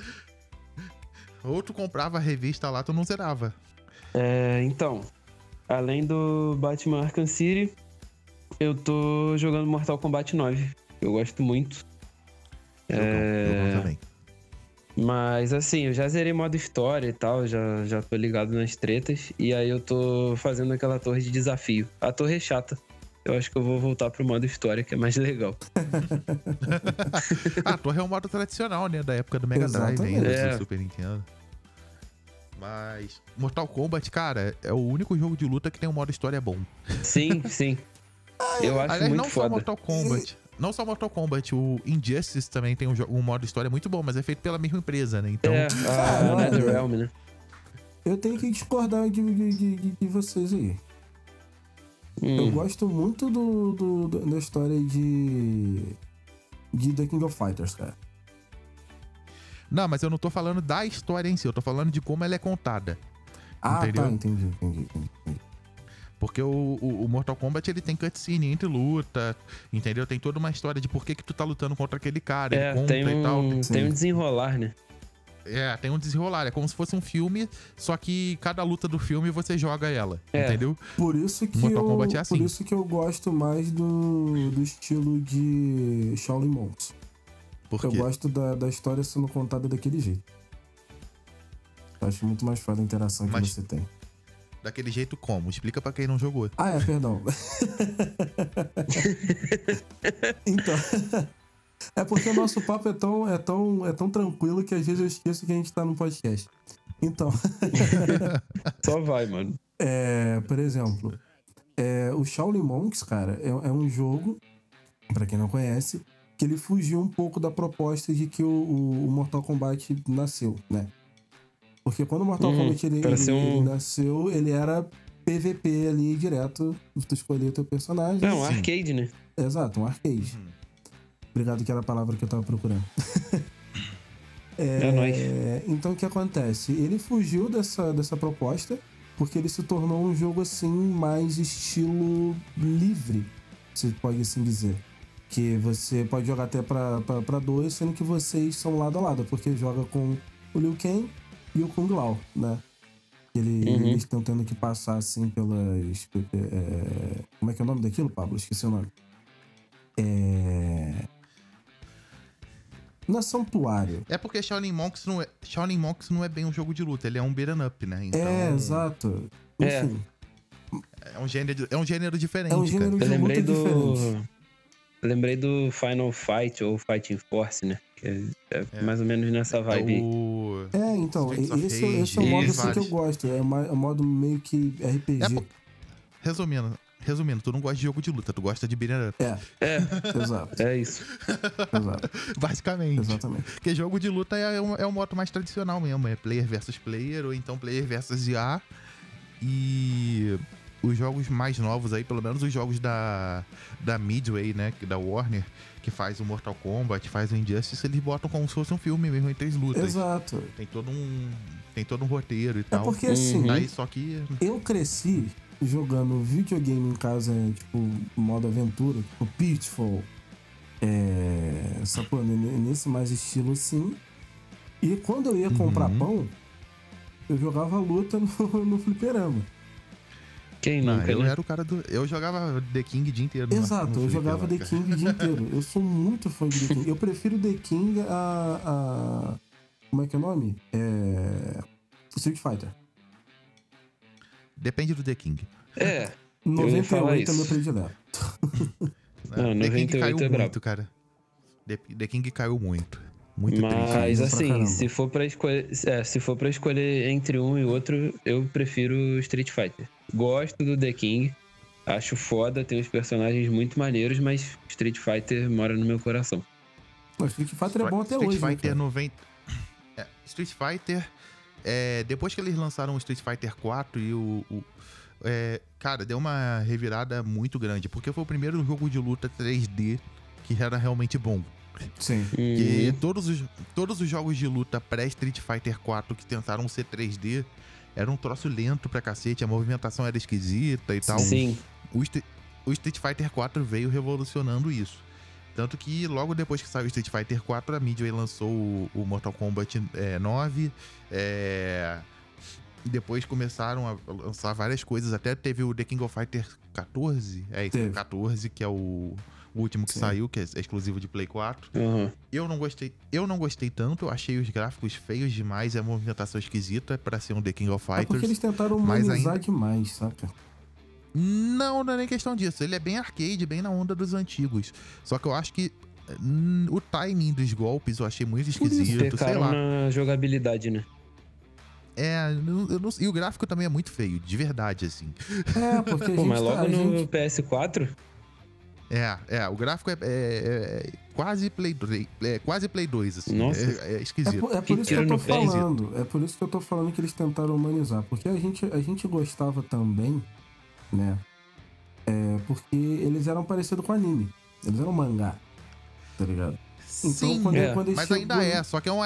Ou tu comprava a revista lá, tu não zerava. É, então, além do Batman Arkham City, eu tô jogando Mortal Kombat nove. Eu gosto muito. Jogão, É. jogão também. Mas assim, eu já zerei modo história e tal, já, já tô ligado nas tretas. E aí eu tô fazendo aquela torre de desafio. A torre é chata. Eu acho que eu vou voltar pro modo história, que é mais legal. Ah, a torre é um modo tradicional, né, da época do Mega Drive Exatamente. ainda, É. do Super Nintendo. Mas Mortal Kombat, cara, é o único jogo de luta que tem um modo história bom. Sim, sim. Eu acho Aliás, muito não só foda. Mortal Kombat. Não só Mortal Kombat, o Injustice também tem um, jo- um modo história muito bom, mas é feito pela mesma empresa, né? Então, É, a Caralho. NetherRealm, né? Eu tenho que discordar de, de, de, de- de vocês aí. Eu Hum. gosto muito do, do- do- da história de. de The King of Fighters, cara. não, mas eu não tô falando da história em si, eu tô falando de como ela é contada. Ah, Entendeu? tá, entendi, entendi, entendi. entendi. Porque o, o- o Mortal Kombat, ele tem cutscene entre luta, entendeu? Tem toda uma história de por que que tu tá lutando contra aquele cara, É, ele conta tem e tal. um, tem Sim. um desenrolar, né? É, tem um desenrolar, é como se fosse um filme, só que cada luta do filme você joga ela, É. entendeu? Por isso que Mortal eu, Kombat é assim. por isso que eu gosto mais do, do estilo de Shaolin Monks. Por Eu quê? gosto da, da história sendo contada daquele jeito. Eu acho muito mais foda a interação que Mas- você tem. Daquele jeito como? Explica pra quem não jogou. Ah, é, perdão. Então, É porque o nosso papo é tão, é, tão, é tão tranquilo que às vezes eu esqueço que a gente tá no podcast. Então. Só vai, mano. É, por exemplo, é, o Shaolin Monks, cara, é, é um jogo, pra quem não conhece, que ele fugiu um pouco da proposta de que o, o, o Mortal Kombat nasceu, né? Porque quando o Mortal Uhum, Kombat ele, ele, um... ele nasceu, ele era P V P ali direto, tu escolhia o teu personagem. Não, um arcade, né? Exato, um arcade. Uhum. Obrigado, que era a palavra que eu tava procurando. É, é nóis. Então o que acontece? Ele fugiu dessa, dessa proposta porque ele se tornou um jogo assim mais estilo livre, você pode assim dizer. Que você pode jogar até pra, pra, pra dois, sendo que vocês são lado a lado, porque joga com o Liu Kang e o Kung Lao, né? Ele, uhum. Eles estão tendo que passar assim pelas... É, como é que é o nome daquilo, Pablo? Esqueci o nome. É... Não é santuário. É porque Shaolin Monks não é, Shaolin Monks não é bem um jogo de luta, ele é um beat'em up, né? Então, é, exato. Enfim. É, é, um gênero, é um gênero diferente, é um gênero cara. De eu lembrei luta do... diferente. Eu lembrei do Final Fight ou Fighting Force, né? Que é, é, é mais ou menos nessa vibe. É, o... é então, esse, Rage, esse é o modo assim, vários. que eu gosto. É um modo meio que R P G. É, resumindo, resumindo, tu não gosta de jogo de luta, tu gosta de beat'em up. É, é. Exato. É isso. Exato. Basicamente. Exatamente. Porque jogo de luta é um, é um modo mais tradicional mesmo, é player versus player, ou então player versus I A. E os jogos mais novos aí, pelo menos os jogos da, da Midway, né, da Warner, que faz o Mortal Kombat, faz o Injustice, eles botam como se fosse um filme mesmo, em três lutas. Exato. Tem todo um, tem todo um roteiro e tal. É porque assim, uhum. Aí, só que... eu cresci jogando videogame em casa, tipo, modo aventura, tipo Pitfall, é, só, pô, nesse mais estilo assim. E quando eu ia comprar uhum. pão, eu jogava luta no, no fliperama. Quem nunca, não, eu né? era o cara do... Eu jogava The King o dia inteiro. Exato, no, no eu jogava The cara. King o dia inteiro. Eu sou muito fã de The King. Eu prefiro The King a... a como é que é o nome? É... Street Fighter. Depende do The King. É, noventa e oito é meu predileto. Não, The King caiu é muito, cara. The, The King caiu muito. Muito Mas, triste. Mas assim, se for, pra escolher, é, se for pra escolher entre um e outro, eu prefiro Street Fighter. Gosto do The King, acho foda, tem uns personagens muito maneiros, mas Street Fighter mora no meu coração. O Street Fighter é bom até Street hoje, Fighter né, noventa... é, Street Fighter, é, depois que eles lançaram o Street Fighter quatro e o... o é, cara, deu uma revirada muito grande, porque foi o primeiro jogo de luta três D que era realmente bom. Sim. Porque todos os, todos os jogos de luta pré-Street Fighter quatro que tentaram ser três D era um troço lento pra cacete, a movimentação era esquisita e tal. Sim. O, o Street Fighter quatro veio revolucionando isso. Tanto que logo depois que saiu o Street Fighter quatro, a Midway lançou o, o Mortal Kombat é, nove. É, depois começaram a lançar várias coisas. Até teve o The King of Fighters quatorze. É isso, teve. quatorze, que é o... O último que Sim. saiu, que é exclusivo de Play quatro. Uhum. Eu não gostei. Eu não gostei tanto. Eu achei os gráficos feios demais e a movimentação esquisita pra ser um The King of Fighters. É porque eles tentaram humanizar ainda... demais, saca? Não, não é nem questão disso. Ele é bem arcade, bem na onda dos antigos. Só que eu acho que hum, o timing dos golpes eu achei muito esquisito. Sei lá. Na jogabilidade, né? É, eu não, e o gráfico também é muito feio, de verdade, assim. É, porque a Pô, gente mas logo tá, no gente... P S quatro... É, é, o gráfico é, é, é quase Play dois, é quase Play dois, assim. Nossa. É, é esquisito. É por, é por que isso que eu tô pé, falando. É por isso que eu tô falando que eles tentaram humanizar. Porque a gente, a gente gostava também, né? É, porque eles eram parecidos com anime. Eles eram mangá, tá ligado? Então, Sim, quando, é. quando mas chegou... ainda é, só que é um...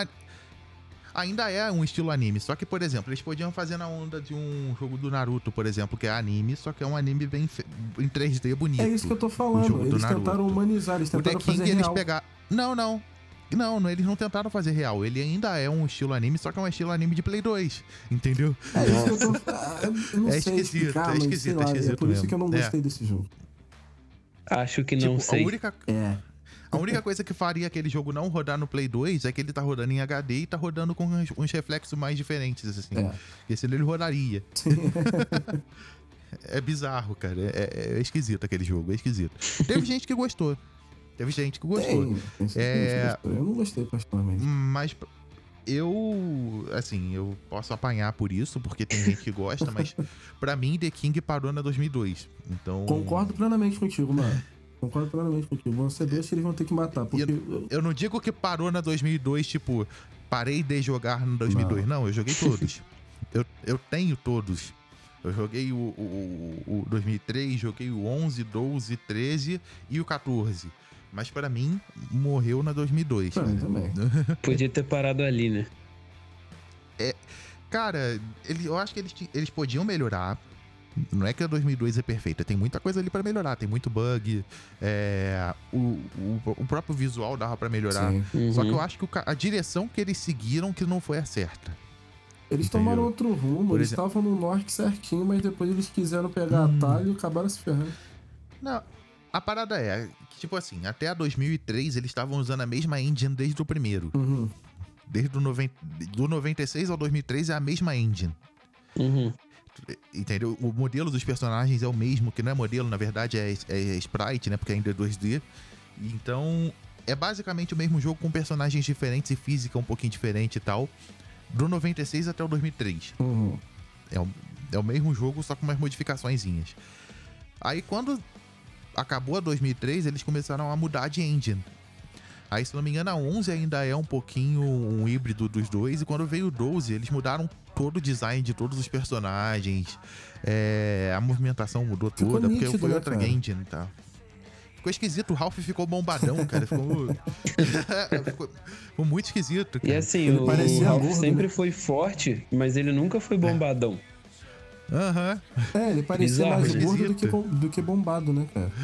Ainda é um estilo anime, só que, por exemplo, eles podiam fazer na onda de um jogo do Naruto, por exemplo, que é anime, só que é um anime bem fe... em três D bonito. É isso que eu tô falando, eles tentaram humanizar, eles tentaram o The King, fazer eles real. pegar... Não, não. Não, não, eles não tentaram fazer real. Ele ainda é um estilo anime, só que é um estilo anime de Play dois, entendeu? É isso que eu tô... Eu não é sei esquisito, explicar, é mas esquisito, sei lá, é esquisito é por isso mesmo. que eu não gostei é. desse jogo. Acho que não tipo, sei. A única... É. A única coisa que faria aquele jogo não rodar no Play dois é que ele tá rodando em H D e tá rodando com uns, uns reflexos mais diferentes, assim. É. Porque senão ele rodaria. É bizarro, cara. É, é, é esquisito aquele jogo, é esquisito. Teve gente que gostou. Teve gente que gostou. Tem, tem É... Eu não gostei particularmente. Mas eu, assim, eu posso apanhar por isso, porque tem gente que gosta, mas pra mim The King parou na dois mil e dois. Então... Concordo plenamente contigo, mano. Concordo plenamente contigo. Vão ser dois que eles vão ter que matar, porque... Eu, eu não digo que parou na dois mil e dois, tipo, parei de jogar no dois mil e dois. Não, não eu joguei todos. eu, eu tenho todos. Eu joguei o, o, o dois mil e três, joguei o onze, doze, treze e o quatorze. Mas pra mim, morreu na dois mil e dois. Pra mim também. Podia ter parado ali, né? É, cara, ele, eu acho que eles, eles podiam melhorar. Não é que a dois mil e dois é perfeita, tem muita coisa ali pra melhorar, tem muito bug, é, o, o, o próprio visual dava pra melhorar. Uhum. Só que eu acho que o, a direção que eles seguiram que não foi a certa. Eles Entendeu? tomaram outro rumo, Por eles exemplo- estavam no norte certinho, mas depois eles quiseram pegar Hum. atalho e acabaram se ferrando. Não, a parada é, que, tipo assim, até a dois mil e três eles estavam usando a mesma engine desde o primeiro. Uhum. Desde o noventa, do noventa e seis ao dois mil e três é a mesma engine. Uhum. Entendeu? O modelo dos personagens é o mesmo, que não é modelo, na verdade é, é sprite, né? Porque ainda é dois D. Então, é basicamente o mesmo jogo com personagens diferentes e física um pouquinho diferente e tal. Do noventa e seis até o dois mil e três. Uhum. É o, é o mesmo jogo, só com umas modificaçõezinhas. Aí, quando acabou a dois mil e três, eles começaram a mudar de engine. Aí, se não me engano, a onze ainda é um pouquinho um híbrido dos dois. E quando veio o doze, eles mudaram todo o design de todos os personagens. É, a movimentação mudou Ficou toda, porque nítido, foi né, outra cara? engine, tá? Ficou esquisito, o Ralph ficou bombadão, cara. Ficou, ficou, ficou muito esquisito, cara. E assim, Ele o, parecia o Ralph gordo, sempre né? foi forte, mas ele nunca foi bombadão. Aham. É, ele parecia Bizarro, mais né? gordo do que, Esquisito. bom- do que bombado, né, cara?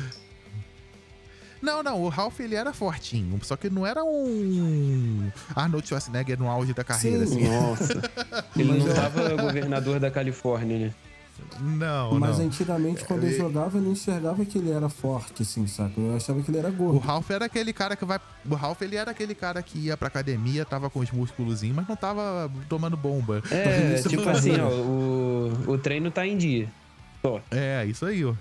Não, não, o Ralph ele era fortinho, só que não era um Arnold Schwarzenegger no auge da carreira, Sim. assim. Nossa. Ele Mas não eu- tava governador da Califórnia, né? Não, Mas não. antigamente, quando eu É, jogava, eu não enxergava que ele era forte, assim, saca? Eu achava que ele era O gordo. Ralph era aquele cara que vai. O Ralph ele era aquele cara que ia pra academia, tava com os músculozinhos, mas não tava tomando bomba. É, Isso tipo pra assim, mim. ó, o, o treino tá em dia. Só. É, isso aí, ó.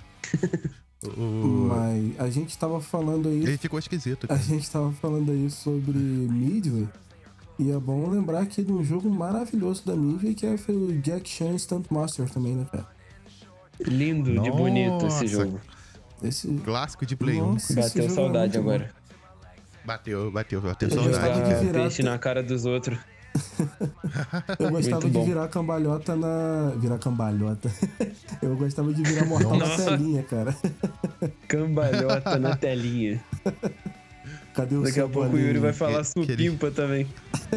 O- Mas a gente tava falando aí. Ele ficou esquisito, A cara. gente tava falando aí sobre Midway. E é bom lembrar aqui de um jogo maravilhoso da Midway, que é- foi o Jack Chan Stunt Master também, né, cara? Lindo de bonito esse Nossa. jogo. Esse. Clássico de Play um. Nossa, esse Bateu jogo é saudade muito bom. agora. Bateu, bateu, bateu Eu saudade. gostava de Jogar virar- peixe na cara dos outros. Eu gostava Muito de bom. virar cambalhota na. Virar cambalhota. Eu gostava de virar mortal na Nossa. telinha, cara. Cambalhota na telinha. Cadê o Daqui a pouco o Yuri vai falar que- que ele- supimpa também.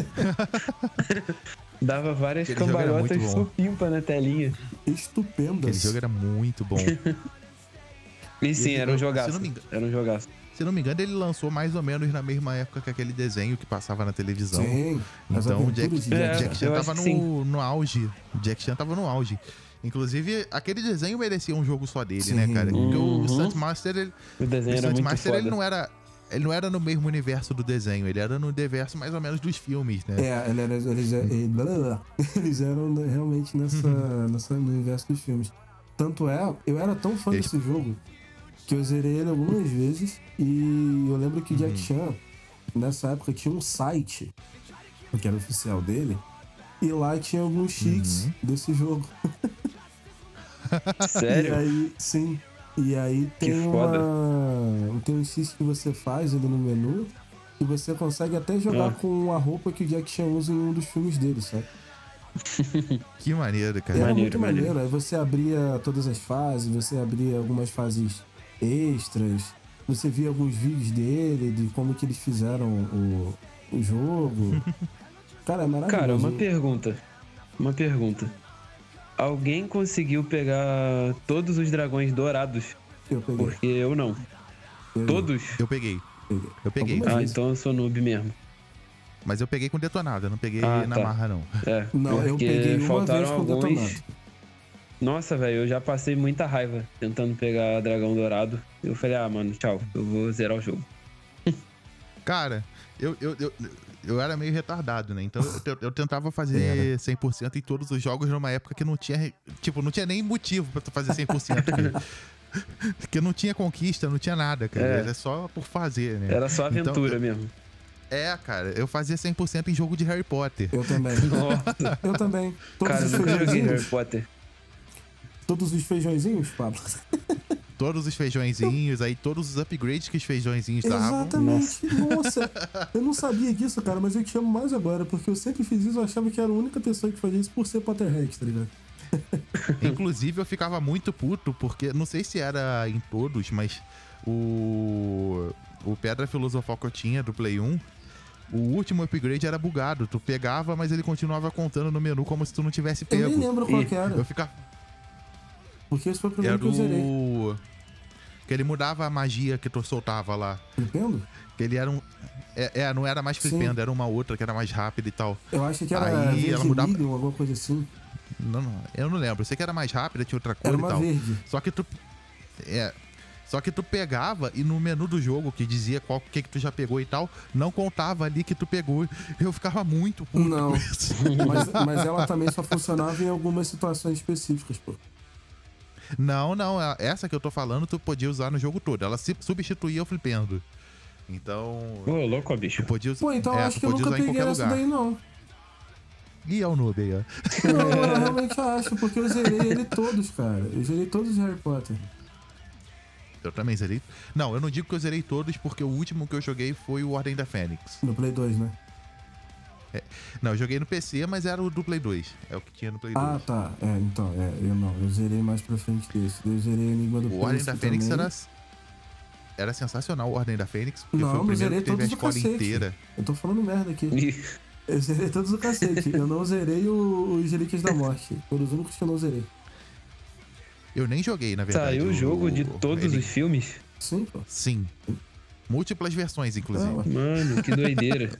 Dava várias Aquele jogo era cambalhotas muito bom. supimpa na telinha. Estupendas. Aquele jogo era muito bom. E sim, ele- era um se jogaço. não me engano- Era um jogaço. Se não me engano, ele lançou mais ou menos na mesma época que aquele desenho que passava na televisão. Sim. As Então, o aventuras Jack, de É, Jack Jack Chan. Chan eu tava acho que no, no auge. Jack Chan tava no auge. Inclusive, aquele desenho merecia um jogo só dele, Sim. né, cara? Porque Uhum. o Stunt Master, ele, O o desenho era Stunt muito Master foda. ele não era. Ele não era no mesmo universo do desenho, ele era no universo mais ou menos dos filmes, né? É, ele era- eles, ele- blá, blá, blá. eles eram realmente nessa, nessa, no universo dos filmes. Tanto é, eu era tão fã Eles- desse jogo que eu zerei ele algumas vezes e eu lembro que Jack Chan, nessa época, tinha um site, que era oficial dele, e lá tinha alguns cheats Uhum. desse jogo. Sério? E aí, sim. E aí Que tem foda. uma. Tem um cheat que você faz ali no menu e você consegue até jogar Ah. com a roupa que o Jack Chan usa em um dos filmes dele, sabe? Que maneiro, cara. Era Maneiro, muito maneiro. maneiro. Aí você abria todas as fases, você abria algumas fases extras, você via alguns vídeos dele, de como que eles fizeram o, o jogo. Cara, é maravilhoso. Cara, uma pergunta. Uma pergunta. Alguém conseguiu pegar todos os dragões dourados? Eu peguei. Porque eu não. peguei, Todos? Eu peguei. peguei. Eu peguei. Algumas Ah, vezes. então eu sou noob mesmo. Mas eu peguei com detonada, não peguei Ah, na tá. marra, não. É, Não, eu porque peguei uma faltaram vez com alguns. detonado. Nossa, velho, eu já passei muita raiva tentando pegar dragão dourado. Eu falei, ah, mano, tchau, eu vou zerar o jogo. Cara, eu, eu, eu, eu era meio retardado, né? Então eu, eu tentava fazer cem por cento em todos os jogos numa época que não tinha. Tipo, não tinha nem motivo pra tu fazer cem por cento. cara. Porque não tinha conquista, não tinha nada, cara. É. Era só por fazer, né? Era só aventura Então, mesmo. É, cara, eu fazia cem por cento em jogo de Harry Potter. Eu também. Nossa. Eu também. Todos Cara, eu os nunca joguei Harry feijõezinhos. Potter. Todos os feijõezinhos, Pablo. Todos os feijõezinhos, aí todos os upgrades que os feijõezinhos davam. Exatamente. Nossa. Eu não sabia disso, cara, mas eu te amo mais agora, porque eu sempre fiz isso, eu achava que era a única pessoa que fazia isso por ser Potterhead, tá ligado? Inclusive, eu ficava muito puto, porque não sei se era em todos, mas o, o Pedra Filosofal que eu tinha do Play um, o último upgrade era bugado. Tu pegava, mas ele continuava contando no menu como se tu não tivesse pego. Eu nem lembro qual Ih, que era, Eu ficava. porque esse foi o primeiro Era que eu zerei. o. Que ele mudava a magia que tu soltava lá. Flipendo? Que ele era um. É, é, não era mais flipendo, era uma outra que era mais rápida e tal. Eu acho que era Aí ela mudava- Vermilion, alguma coisa assim. Não, não, eu não lembro. Eu sei que era mais rápida, tinha outra cor Era e uma tal. verde. Só que tu. É. Só que tu pegava e no menu do jogo que dizia qual que, que tu já pegou e tal, não contava ali que tu pegou. Eu ficava muito puto Não. com isso. Mas, mas ela também só funcionava em algumas situações específicas, pô. Não, não. a- Essa que eu tô falando, tu podia usar no jogo todo. Ela se substituía o flipendo. Então. Ô, louco, bicho. Tu podia usar. Pô, então eu é, acho tu que eu podia nunca usar em peguei qualquer essa lugar. daí, não. E é o noob aí, ó. Não, eu realmente acho, porque eu zerei ele todos, cara. Eu zerei todos os Harry Potter. Eu também zerei. Não, eu não digo que eu zerei todos, porque o último que eu joguei foi o Ordem da Fênix. No Play dois, né? Não, eu joguei no P C, mas era o do Play dois. É o que tinha no Play Ah, dois. tá. É, então, é, eu não. Eu zerei mais pra frente desse. Eu zerei Enigma do O Ordem Príncipe da Fênix também. era. Era sensacional, o Ordem da Fênix, porque Não, foi o não primeiro zerei que teve a todos o escola cacete. inteira. Eu tô falando merda aqui. Ih, Eu zerei todos o cacete. Eu não zerei o- os Relíquias da Morte. Foram os únicos que eu não zerei. Eu nem joguei, na verdade. Saiu o jogo de todos ele- os filmes? Sim, pô. Sim. Múltiplas versões, inclusive. É, ué. Mano, que doideira.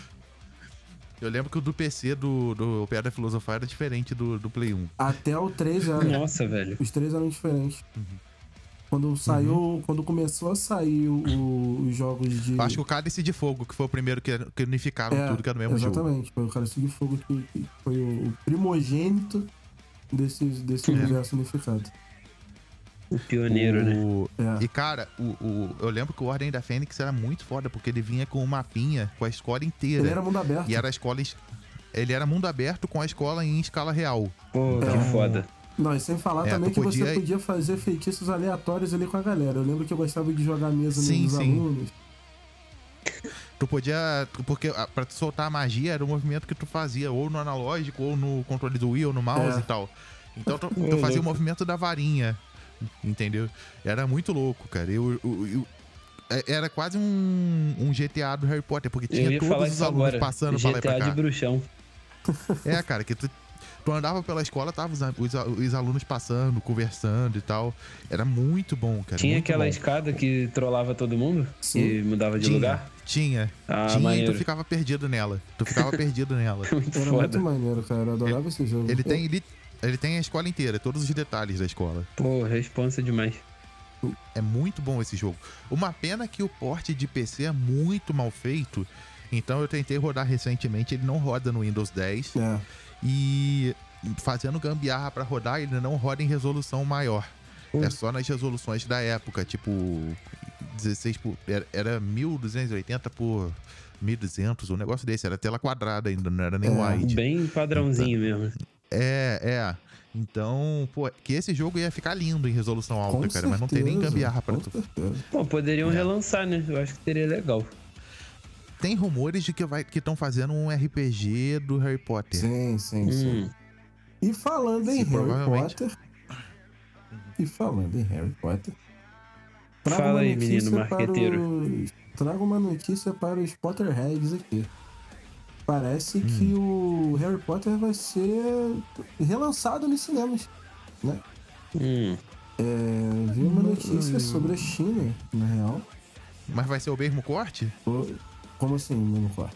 Eu lembro que o do P C do, do Pedra Filosofal era diferente do, do Play um. Até o três era. Nossa, velho. Os três eram diferentes. Quando saiu, quando começou a sair o- o- os jogos de. Acho que o Cálice de Fogo, que foi o primeiro que, que unificaram É, tudo, que era o mesmo jogo. exatamente. Foi o Cálice de Fogo que, que foi o, o primogênito desse, desse É. universo unificado. O pioneiro, né? O- É. E, cara, o, o- eu lembro que o Ordem da Fênix era muito foda, porque ele vinha com um mapinha com a escola inteira. Ele era mundo aberto. E era a escola... es- Ele era mundo aberto com a escola em escala real. Pô, É. que foda. Não, e sem falar É, também tu que você podia- podia fazer feitiços aleatórios ali com a galera. Eu lembro que eu gostava de jogar mesa Sim, nos sim. alunos. Tu podia... Porque ah, pra tu soltar a magia era o movimento que tu fazia, ou no analógico, ou no controle do Wii, ou no mouse É. e tal. Então tu, Ô, tu fazia o louco. movimento da varinha, entendeu? Era muito louco, cara. Eu... eu- eu- é- era quase um, um G T A do Harry Potter, porque Eu tinha ia todos falar os isso alunos agora. passando pra lá e G T A pra de cá. bruxão. É, cara, que tu, tu andava pela escola, tava os, os, os alunos passando, conversando e tal. Era muito bom, cara. Tinha muito aquela bom. escada que trollava todo mundo? Sim. E mudava de Tinha, lugar? Tinha. Ah, tinha e maneiro. tu ficava perdido nela. Tu ficava perdido nela. Muito Era foda. muito maneiro, cara. Eu adorava esse jogo. Ele tem, ele, ele tem a escola inteira, todos os detalhes da escola. Pô, responsa demais. É muito bom esse jogo. Uma pena que o porte de P C é muito mal feito. Então eu tentei rodar recentemente, ele não roda no Windows dez. É. E fazendo gambiarra pra rodar, ele não roda em resolução maior. Hum. É só nas resoluções da época, tipo dezesseis por, era, era mil duzentos e oitenta por mil e duzentos, um negócio desse, era tela quadrada ainda, não era nem É, wide. Bem padrãozinho mesmo. É, é. Então, pô, que esse jogo ia ficar lindo em resolução alta, Com cara, mas não tem nem certeza, gambiarra pra com tu. certeza. Pô, poderiam É. relançar, né? Eu acho que seria legal. Tem rumores de que vai que estão fazendo um R P G do Harry Potter. Sim, sim, sim. Hum, E falando em Sim, Harry provavelmente. Potter. E falando em Harry Potter. trago Fala uma aí, menino notícia para marqueteiro. os- Trago uma notícia para os Potterheads aqui. Parece Hum. que o Harry Potter vai ser relançado nos cinemas, né? hum. É, vi uma notícia sobre a China, na real. Mas vai ser o mesmo corte? O- Como assim, mesmo quarto?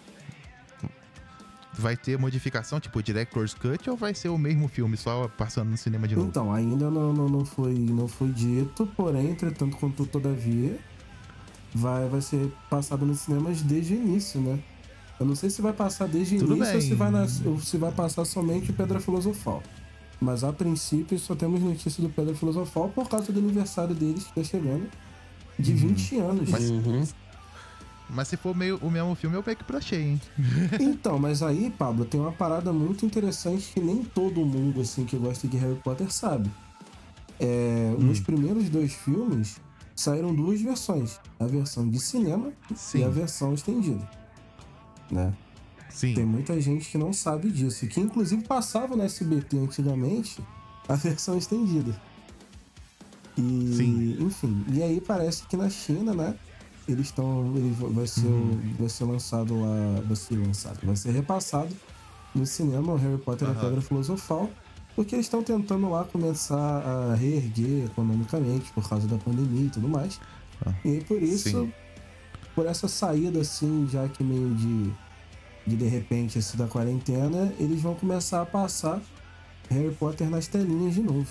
Vai ter modificação, tipo Director's Cut, ou vai ser o mesmo filme, só passando no cinema de novo? Então, ainda não, não, não, foi, não foi dito, porém, entretanto, contudo, todavia, vai, vai ser passado nos cinemas desde o início, né? Eu não sei se vai passar desde o Tudo início ou bem. se vai, nas- ou se vai passar somente o Pedra Filosofal. Mas a princípio só temos notícia do Pedra Filosofal por causa do aniversário deles que tá chegando de Uhum. vinte anos. Mas- Uhum. Mas se for meio, o mesmo filme, eu meio que brochei, hein? Então, mas aí, Pablo, tem uma parada muito interessante que nem todo mundo, assim, que gosta de Harry Potter sabe. É, Hum. Nos primeiros dois filmes, saíram duas versões. A versão de cinema Sim. e a versão estendida, né? Sim. Tem muita gente que não sabe disso, que inclusive passava no S B T antigamente a versão estendida. E, Sim. enfim, e aí parece que na China, né? Eles estão. Ele vai ser, Uhum. vai ser lançado lá. Vai ser lançado. Vai ser repassado no cinema o Harry Potter e Aham. a Pedra Filosofal. Porque eles estão tentando lá começar a reerguer economicamente por causa da pandemia e tudo mais. Ah, E aí por isso, sim. por essa saída assim, já que meio de. De de repente, assim, da quarentena, eles vão começar a passar Harry Potter nas telinhas de novo.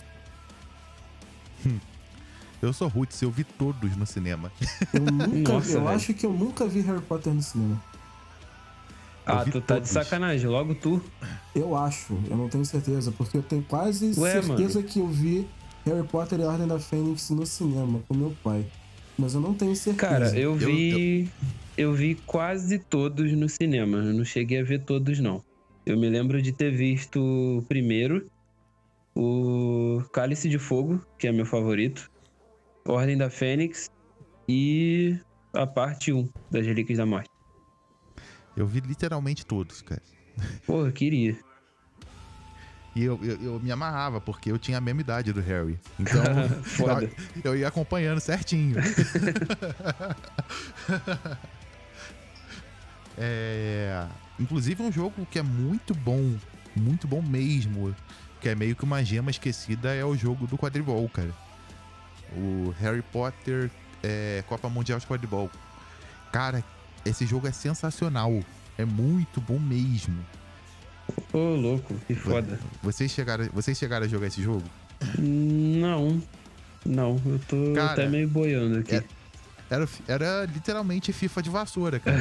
Eu sou Roots, eu vi todos no cinema. Eu nunca. Nossa, eu velho. acho que eu nunca vi Harry Potter no cinema. Ah, vi tu tá todos. de sacanagem, logo tu. Eu acho, eu não tenho certeza, porque eu tenho quase Ué, certeza que eu vi Harry Potter e a Ordem da Fênix no cinema com meu pai. Mas eu não tenho certeza. Cara, eu Eu- vi. Eu vi quase todos no cinema. Eu não cheguei a ver todos, não. Eu me lembro de ter visto o primeiro, o Cálice de Fogo, que é meu favorito, Ordem da Fênix e a parte um das Relíquias da Morte. Eu vi literalmente todos, cara. Porra, queria. E eu, eu, eu me amarrava, porque eu tinha a mesma idade do Harry. Então, Foda. eu, eu ia acompanhando certinho. É, inclusive um jogo que é muito bom, muito bom mesmo, que é meio que uma gema esquecida, é o jogo do quadribol, cara. O Harry Potter é, Copa Mundial de Quadribol. Cara, esse jogo é sensacional. É muito bom mesmo. Ô, louco, que foda. Vocês chegaram, vocês chegaram a jogar esse jogo? Não, não, eu tô Cara, até meio boiando aqui. é- Era, era literalmente FIFA de vassoura, cara.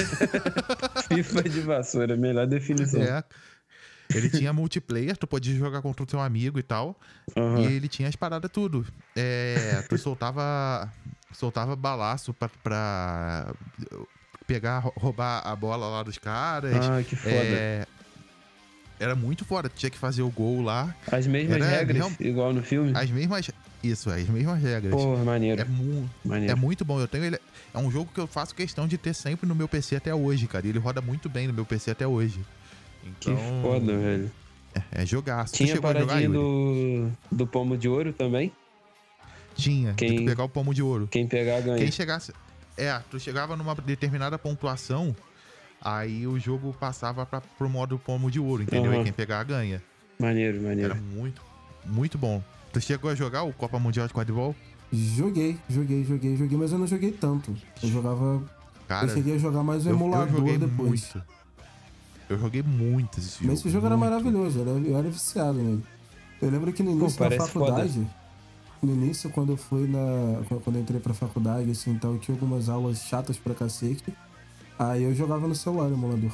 FIFA de vassoura, melhor definição. É. Ele tinha multiplayer, tu podia jogar contra o teu amigo e tal. Aham. E ele tinha as paradas tudo. É, tu soltava, soltava balaço pra, pra pegar, roubar a bola lá dos caras. Ah, que foda. É, era muito foda, tu tinha que fazer o gol lá. As mesmas era regras, real- igual no filme? As mesmas. Isso, as mesmas regras. Porra, maneiro. É, mu é maneiro. muito bom. Eu tenho ele. É um jogo que eu faço questão de ter sempre no meu P C até hoje, cara. E ele roda muito bem no meu P C até hoje. Que Então, foda, velho. É, é jogaço. Tu Tinha a chegou a jogar, paradinha Yuri? do, do pomo de ouro também. Tinha, de Quem- tu pegar o pomo de ouro. Quem pegar ganha. Quem chegasse. É, tu chegava numa determinada pontuação, aí o jogo passava pra, pro modo pomo de ouro, entendeu? Aham. E quem pegar ganha. Maneiro, maneiro. Era muito, muito bom. Tu chegou a jogar o Copa Mundial de Quadribol? Joguei, joguei, joguei, joguei, mas eu não joguei tanto. Eu jogava. Cara, eu cheguei a jogar mais o eu, eu emulador joguei depois. muito. Eu joguei muito esse jogo. Mas esse jogo era muito. maravilhoso, eu era, eu era viciado nele. Eu lembro que no início da parece faculdade, no início, quando eu fui na. Quando eu entrei pra faculdade, assim, então eu tinha algumas aulas chatas pra cacete. Aí eu jogava no celular o emulador.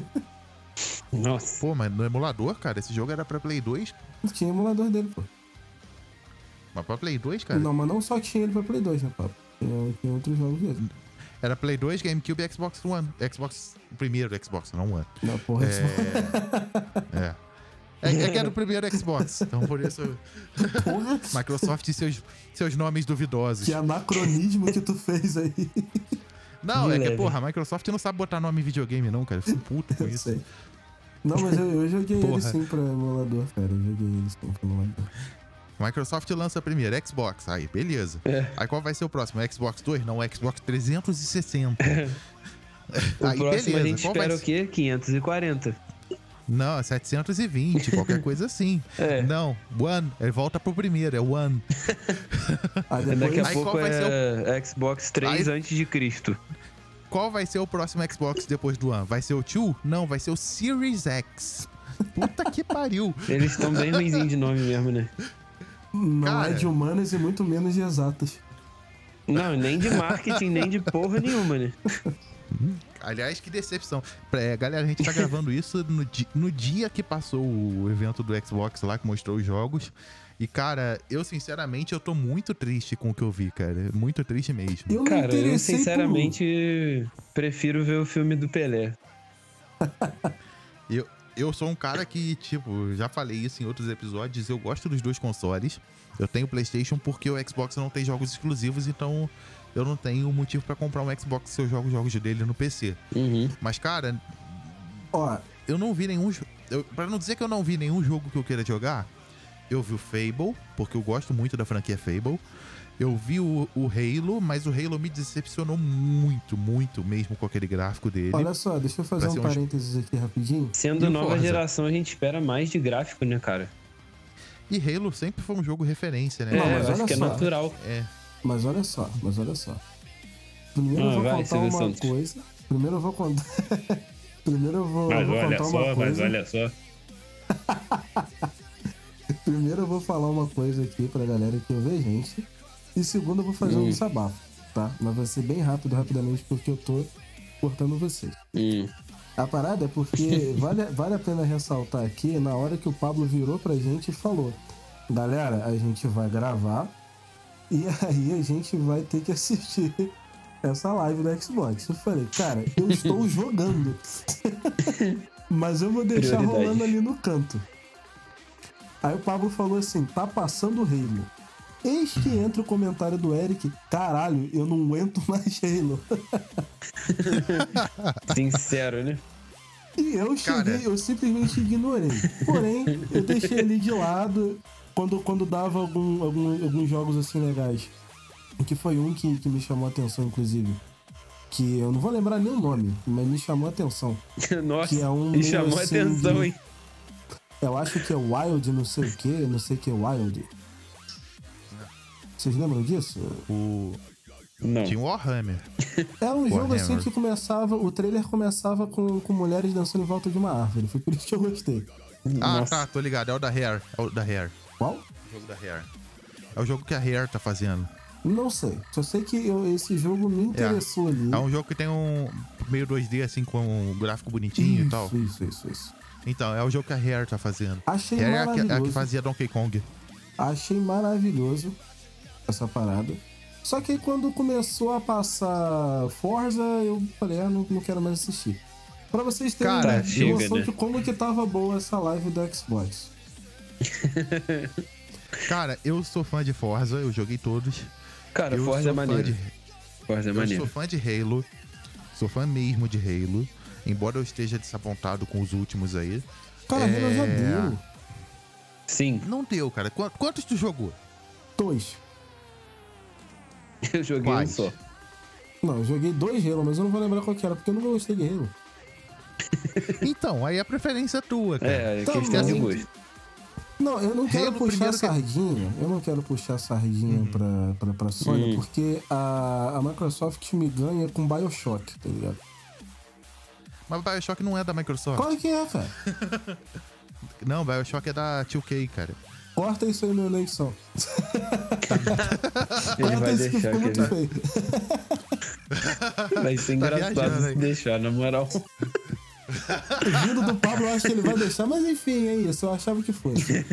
Nossa. Pô, mas no emulador, cara, esse jogo era pra Play dois. Tinha emulador dele, pô. Mas pra Play dois, cara? Não, mas não só tinha ele pra Play dois, né, papo? Tinha, tinha outros jogos dele. Era Play dois, GameCube e Xbox One. Xbox, o primeiro Xbox, não One. Não, porra, isso- É. é. É, é que era o primeiro Xbox, então por isso. porra, Microsoft e seus, seus nomes duvidosos. que anacronismo que tu fez aí. Não, De é que, leve. porra, a Microsoft não sabe botar nome em videogame, não, cara. Eu fico puto com Eu isso. sei. Não, mas eu, eu joguei ele Porra. sim pra emulador, cara. Eu joguei ele sim pra emulador. Microsoft lança primeiro Xbox, aí, beleza. É. Aí qual vai ser o próximo? Xbox dois? Não, Xbox trezentos e sessenta. O aí, próximo a gente Qual vai espera o ser? quê? quinhentos e quarenta. Não, setecentos e vinte, qualquer coisa assim. É. Não, One, ele volta pro primeiro, é One. Aí Daqui depois, a Aí pouco qual vai é Xbox três Aí- antes de Cristo. Qual vai ser o próximo Xbox depois do One? Vai ser o dois? Não, vai ser o Series X. Puta que pariu. Eles estão bem ruinzinhos de nome mesmo, né? não Cara. é de humanas e muito menos de exatas. Não, nem de marketing, nem de porra nenhuma, né? Aliás, que decepção. É, galera, a gente tá gravando isso no, di- no dia que passou o evento do Xbox lá, que mostrou os jogos. E, cara, eu sinceramente, eu tô muito triste com o que eu vi, cara. Muito triste mesmo. Eu me Cara, eu interessei sinceramente prefiro ver o filme do Pelé. Eu, eu sou um cara que, tipo, já falei isso em outros episódios, eu gosto dos dois consoles. Eu tenho PlayStation porque o Xbox não tem jogos exclusivos, então eu não tenho motivo pra comprar um Xbox se eu jogo jogos dele no P C. Uhum. Mas, cara, por... Ó, eu não vi nenhum... jo- Eu, pra não dizer que eu não vi nenhum jogo que eu queira jogar, eu vi o Fable, porque eu gosto muito da franquia Fable. Eu vi o, o Halo, mas o Halo me decepcionou muito, muito mesmo com aquele gráfico dele. olha só, deixa eu fazer Vai um ser um- parênteses aqui rapidinho. Sendo E o nova Forza? geração, a gente espera mais de gráfico, né, cara? E Halo sempre foi um jogo referência, né? É, Não, mas eu acho olha que é só. natural. É. Mas olha só, mas olha só. Primeiro Ah, eu vou vai, contar Silvio uma Santos. coisa. Primeiro eu vou contar. Primeiro eu vou, eu vou contar uma coisa. só. Primeiro eu vou falar uma coisa aqui pra galera que ouve a gente. E segundo eu vou fazer um Hum. desabafo, tá? Mas vai ser bem rápido, rapidamente, porque eu tô cortando vocês. Hum. A parada é porque vale, vale a pena ressaltar aqui na hora que o Pablo virou pra gente e falou: galera, a gente vai gravar e aí a gente vai ter que assistir essa live do Xbox. Eu falei, cara, eu estou jogando, mas eu vou deixar Prioridade. rolando ali no canto. Aí o Pablo falou assim: tá passando o Halo. Eis que entra o comentário do Eric: caralho, eu não aguento mais Halo. Sincero, né? E eu cheguei, Cara. eu simplesmente ignorei. Porém, eu deixei ali de lado quando, quando dava algum, algum- alguns jogos assim legais. Que foi um que, que me chamou a atenção, inclusive. Que eu não vou lembrar nem o nome, mas me chamou a atenção. Nossa, Que é um e meio chamou a assim atenção, de- hein? Eu acho que é Wild, não sei o que, não sei o que é Wild. Vocês lembram disso? O... Não. Tinha o Warhammer. Era um jogo assim Warhammer. que começava, o trailer começava com, com mulheres dançando em volta de uma árvore. Foi por isso que eu gostei. Ah, Nossa. tá, tô ligado. É o da Rare. É o da Rare. Qual? O jogo da Rare. É o jogo que a Rare tá fazendo. Não sei. Só sei que eu- esse jogo me interessou ali. É um jogo que tem um meio dois D, assim, com um gráfico bonitinho e tal. Isso, isso, isso, isso. Então, é o jogo que a Rare tá fazendo. Achei Rare é a que, é a que maravilhoso. fazia Donkey Kong. Achei maravilhoso essa parada. Só que aí quando começou a passar Forza, eu falei, ah, não, não quero mais assistir. Pra vocês terem Cara, uma chega, noção né? de como que tava boa essa live do Xbox. Cara, eu sou fã de Forza, eu joguei todos. Cara, eu Forza sou é fã maneiro. de- Forza é Eu maneiro. sou fã de Halo. Sou fã mesmo de Halo. Embora eu esteja desapontado com os últimos aí. Cara, É. Halo já deu. Sim, Não deu, cara. Qu- Quantos tu jogou? Dois. eu joguei Quais? um só. Não, eu joguei dois Halo, mas eu não vou lembrar qual que era, porque eu nunca gostei de Halo. Então, aí é a preferência tua, cara. É, Tá questão de bom. gosto. Não, eu não quero Halo puxar primeiro que- sardinha. Eu não quero puxar sardinha pra, pra, pra Sony, Hum. porque a, a Microsoft me ganha com Bioshock, tá ligado? Mas Bioshock não é da Microsoft. Qual é que é, cara? Não, Bioshock é da dois K, cara. Corta isso aí, meu eleição. Ele Corta vai isso que deixar, ficou quer muito ver? feio. Vai ser Tá engraçado viajando se aí. deixar, na moral. Vindo do Pablo, eu acho que ele vai deixar, mas enfim, é isso. Eu achava que fosse.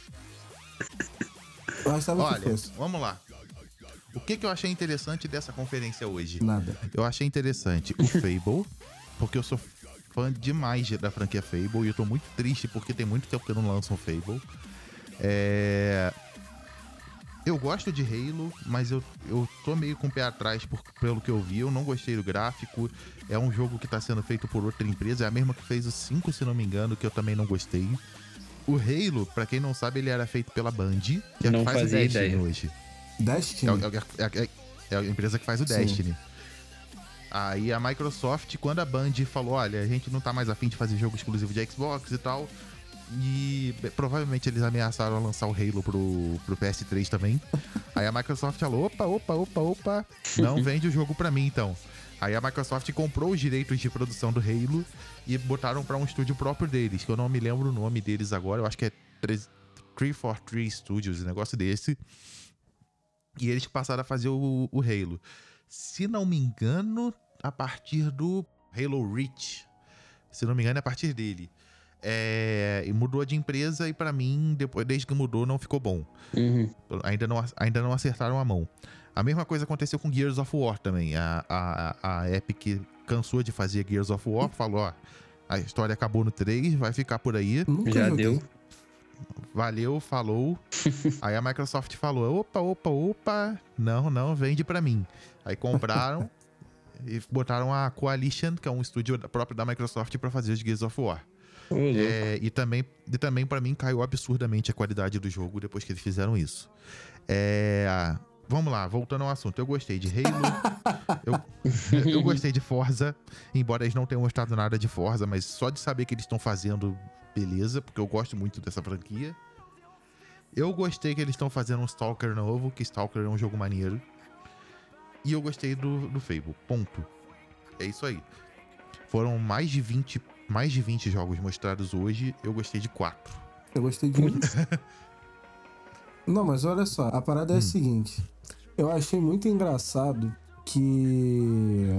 Eu achava Olha, que fosse. vamos lá. O que, que eu achei interessante dessa conferência hoje? Nada. Eu achei interessante o Fable, porque eu sou fã demais da franquia Fable e eu tô muito triste porque tem muito tempo que eu não lanço um Fable. É... Eu gosto de Halo, mas eu, eu tô meio com o pé atrás por, pelo que eu vi. Eu não gostei do gráfico. É um jogo que tá sendo feito por outra empresa. É a mesma que fez o cinco, se não me engano, que eu também não gostei. O Halo, pra quem não sabe, ele era feito pela Band, que é a Não que faz o fazia Destiny ideia. hoje. É, Destiny. o- é, o- é, é- é a empresa que faz o Sim. Destiny. Aí a Microsoft, quando a Band falou, olha, a gente não tá mais afim de fazer jogo exclusivo de Xbox e tal, e bem, provavelmente eles ameaçaram lançar o Halo pro, pro P S três também. Aí a Microsoft falou, opa, opa, opa, opa, não vende o jogo pra mim então. Aí a Microsoft comprou os direitos de produção do Halo e botaram pra um estúdio próprio deles, que eu não me lembro o nome deles agora, eu acho que é três quatro três Studios, um negócio desse. E eles passaram a fazer o, o Halo. Se não me engano, a partir do Halo Reach. Se não me engano, é a partir dele. É, e mudou de empresa e pra mim, depois, desde que mudou, não ficou bom. Uhum. Ainda, não, ainda não acertaram a mão. A mesma coisa aconteceu com Gears of War também. A, a, a Epic cansou de fazer Gears of War, falou, ó, a história acabou no três, vai ficar por aí. Nunca Já joguei. deu. Valeu, falou. Aí a Microsoft falou, opa, opa, opa, não, não, vende pra mim. Aí compraram e botaram a Coalition, que é um estúdio próprio da Microsoft, pra fazer os Gears of War. Ô, louco. É, e também, e também para mim, caiu absurdamente a qualidade do jogo depois que eles fizeram isso. É, vamos lá, voltando ao assunto. Eu gostei de Halo. eu, eu gostei de Forza, embora eles não tenham mostrado nada de Forza, mas só de saber que eles estão fazendo, beleza, porque eu gosto muito dessa franquia. Eu gostei que eles estão fazendo um Stalker novo, que Stalker é um jogo maneiro. E eu gostei do, do Fable, ponto. É isso aí. Foram mais de vinte, mais de vinte jogos mostrados hoje, eu gostei de quatro. Eu gostei de muito. Não, mas olha só, a parada é a seguinte. Eu achei muito engraçado que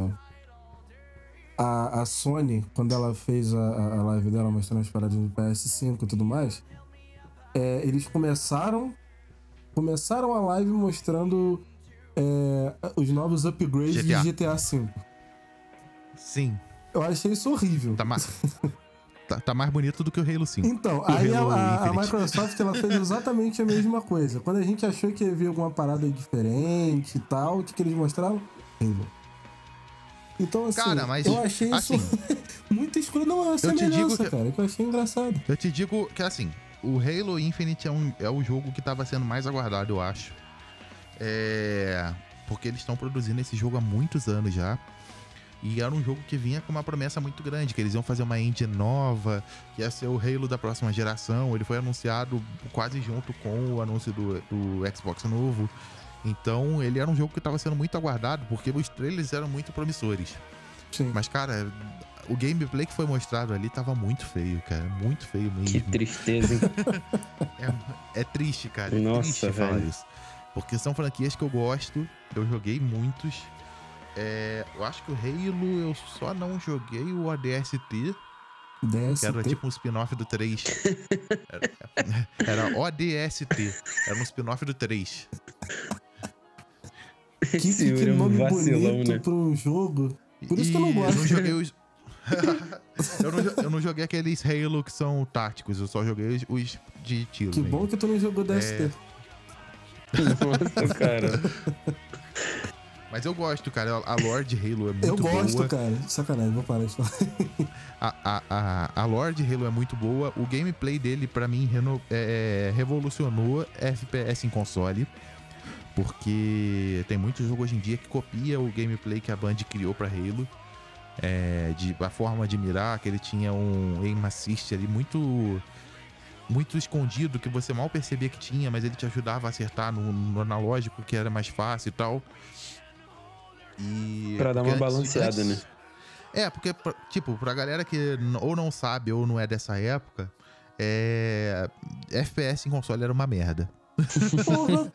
a, a Sony, quando ela fez a, a live dela mostrando as paradas do P S cinco e tudo mais, é, eles começaram começaram a live mostrando é, os novos upgrades G T A. de G T A cinco. Sim, Eu achei isso horrível. tá, ma tá, tá mais bonito do que o Halo cinco. Então, O aí a, Halo a- a Infinite. Microsoft ela fez exatamente a mesma coisa. Quando a gente achou que ia vir alguma parada diferente e tal, o que, que eles mostraram? Halo. Então, assim, Cara, mas, eu achei isso assim, muito escuro. Não, é uma eu te semelhança, digo que- cara, que eu achei engraçado. Eu te digo que, assim, o Halo Infinite é, um, é o jogo que tava sendo mais aguardado, eu acho. É... Porque eles estão produzindo esse jogo há muitos anos já. E era um jogo que vinha com uma promessa muito grande, que eles iam fazer uma engine nova, que ia ser o Halo da próxima geração. Ele foi anunciado quase junto com o anúncio do, do Xbox novo. Então, ele era um jogo que estava sendo muito aguardado, porque os trailers eram muito promissores. Sim. Mas, cara, o gameplay que foi mostrado ali tava muito feio, cara. Muito feio mesmo. Que tristeza, hein? É, é triste, cara. É Nossa, triste falar velho. isso. Porque são franquias que eu gosto. Eu joguei muitos. É, eu acho que o Halo eu só não joguei o O D S T, que era D S T. tipo um spin-off do três. Era, era O D S T. Era um spin-off do três. Que, que, Esse que Yuri é um nome vacilão, bonito né? pra um jogo. Por isso que eu não E gosto. não joguei os. eu, não, jo- eu não joguei aqueles Halo que são táticos, eu só joguei os, os de tiro. Que mesmo. bom que tu não jogou D S T. Nossa, cara. Mas eu gosto, cara. A lore de Halo é muito Eu gosto, boa. cara. Sacanagem, vou parar de falar. A, a, a, a lore de Halo é muito boa. O gameplay dele, pra mim, reno, é, revolucionou F P S em console. Porque tem muito jogo hoje em dia que copia o gameplay que a Band criou pra Halo. É, de, a forma de mirar, que ele tinha um aim assist ali muito... muito escondido, que você mal percebia que tinha, mas ele te ajudava a acertar no, no analógico, que era mais fácil e tal. E Pra dar porque uma antes- balanceada, antes- É, porque, pra- tipo, pra galera que n- ou não sabe ou não é dessa época, é... F P S em console era uma merda. Porra!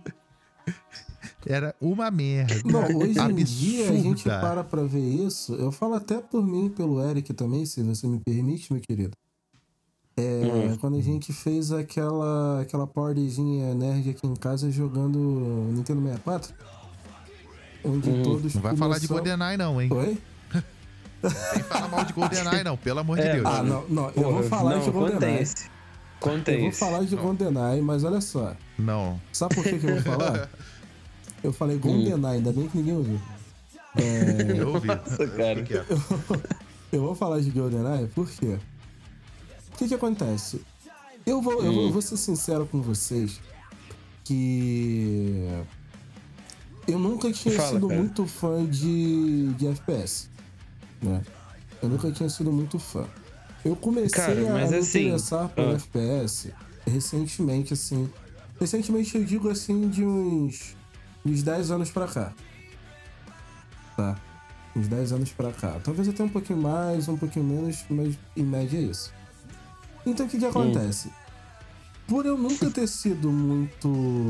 Era uma merda. Não, hoje em dia a gente Absurda. para pra ver isso. Eu falo até por mim e pelo Eric também, se você me permite, meu querido. É, Hum. quando a gente fez aquela, aquela partyzinha nerd aqui em casa jogando Nintendo sessenta e quatro. Onde Hum. todos Não vai falar de começam- GoldenEye não, hein? Oi? Nem fala mal de GoldenEye não, pelo amor de É, Deus. Ah, não, não. Eu Porra, vou falar não, de conta GoldenEye. esse. Conta Eu vou esse. falar de GoldenEye, mas olha só. Não. Sabe por que, que eu vou falar? Eu falei GoldenEye, ainda bem que ninguém ouviu. É, Eu ouvi. Nossa, cara. O que que é? eu vou falar de GoldenEye por quê? O que que acontece? Eu vou, eu vou, eu vou ser sincero com vocês que eu nunca tinha Fala, sido cara. muito fã de, de F P S, né? Eu nunca tinha sido muito fã. Eu comecei Cara, a mas me assim, interessar por ah. F P S recentemente, assim. Recentemente eu digo assim de uns, uns dez anos pra cá. Tá? Uns dez anos pra cá. Talvez até um pouquinho mais, um pouquinho menos, mas em média é isso. Então o que que acontece? por eu nunca ter sido muito,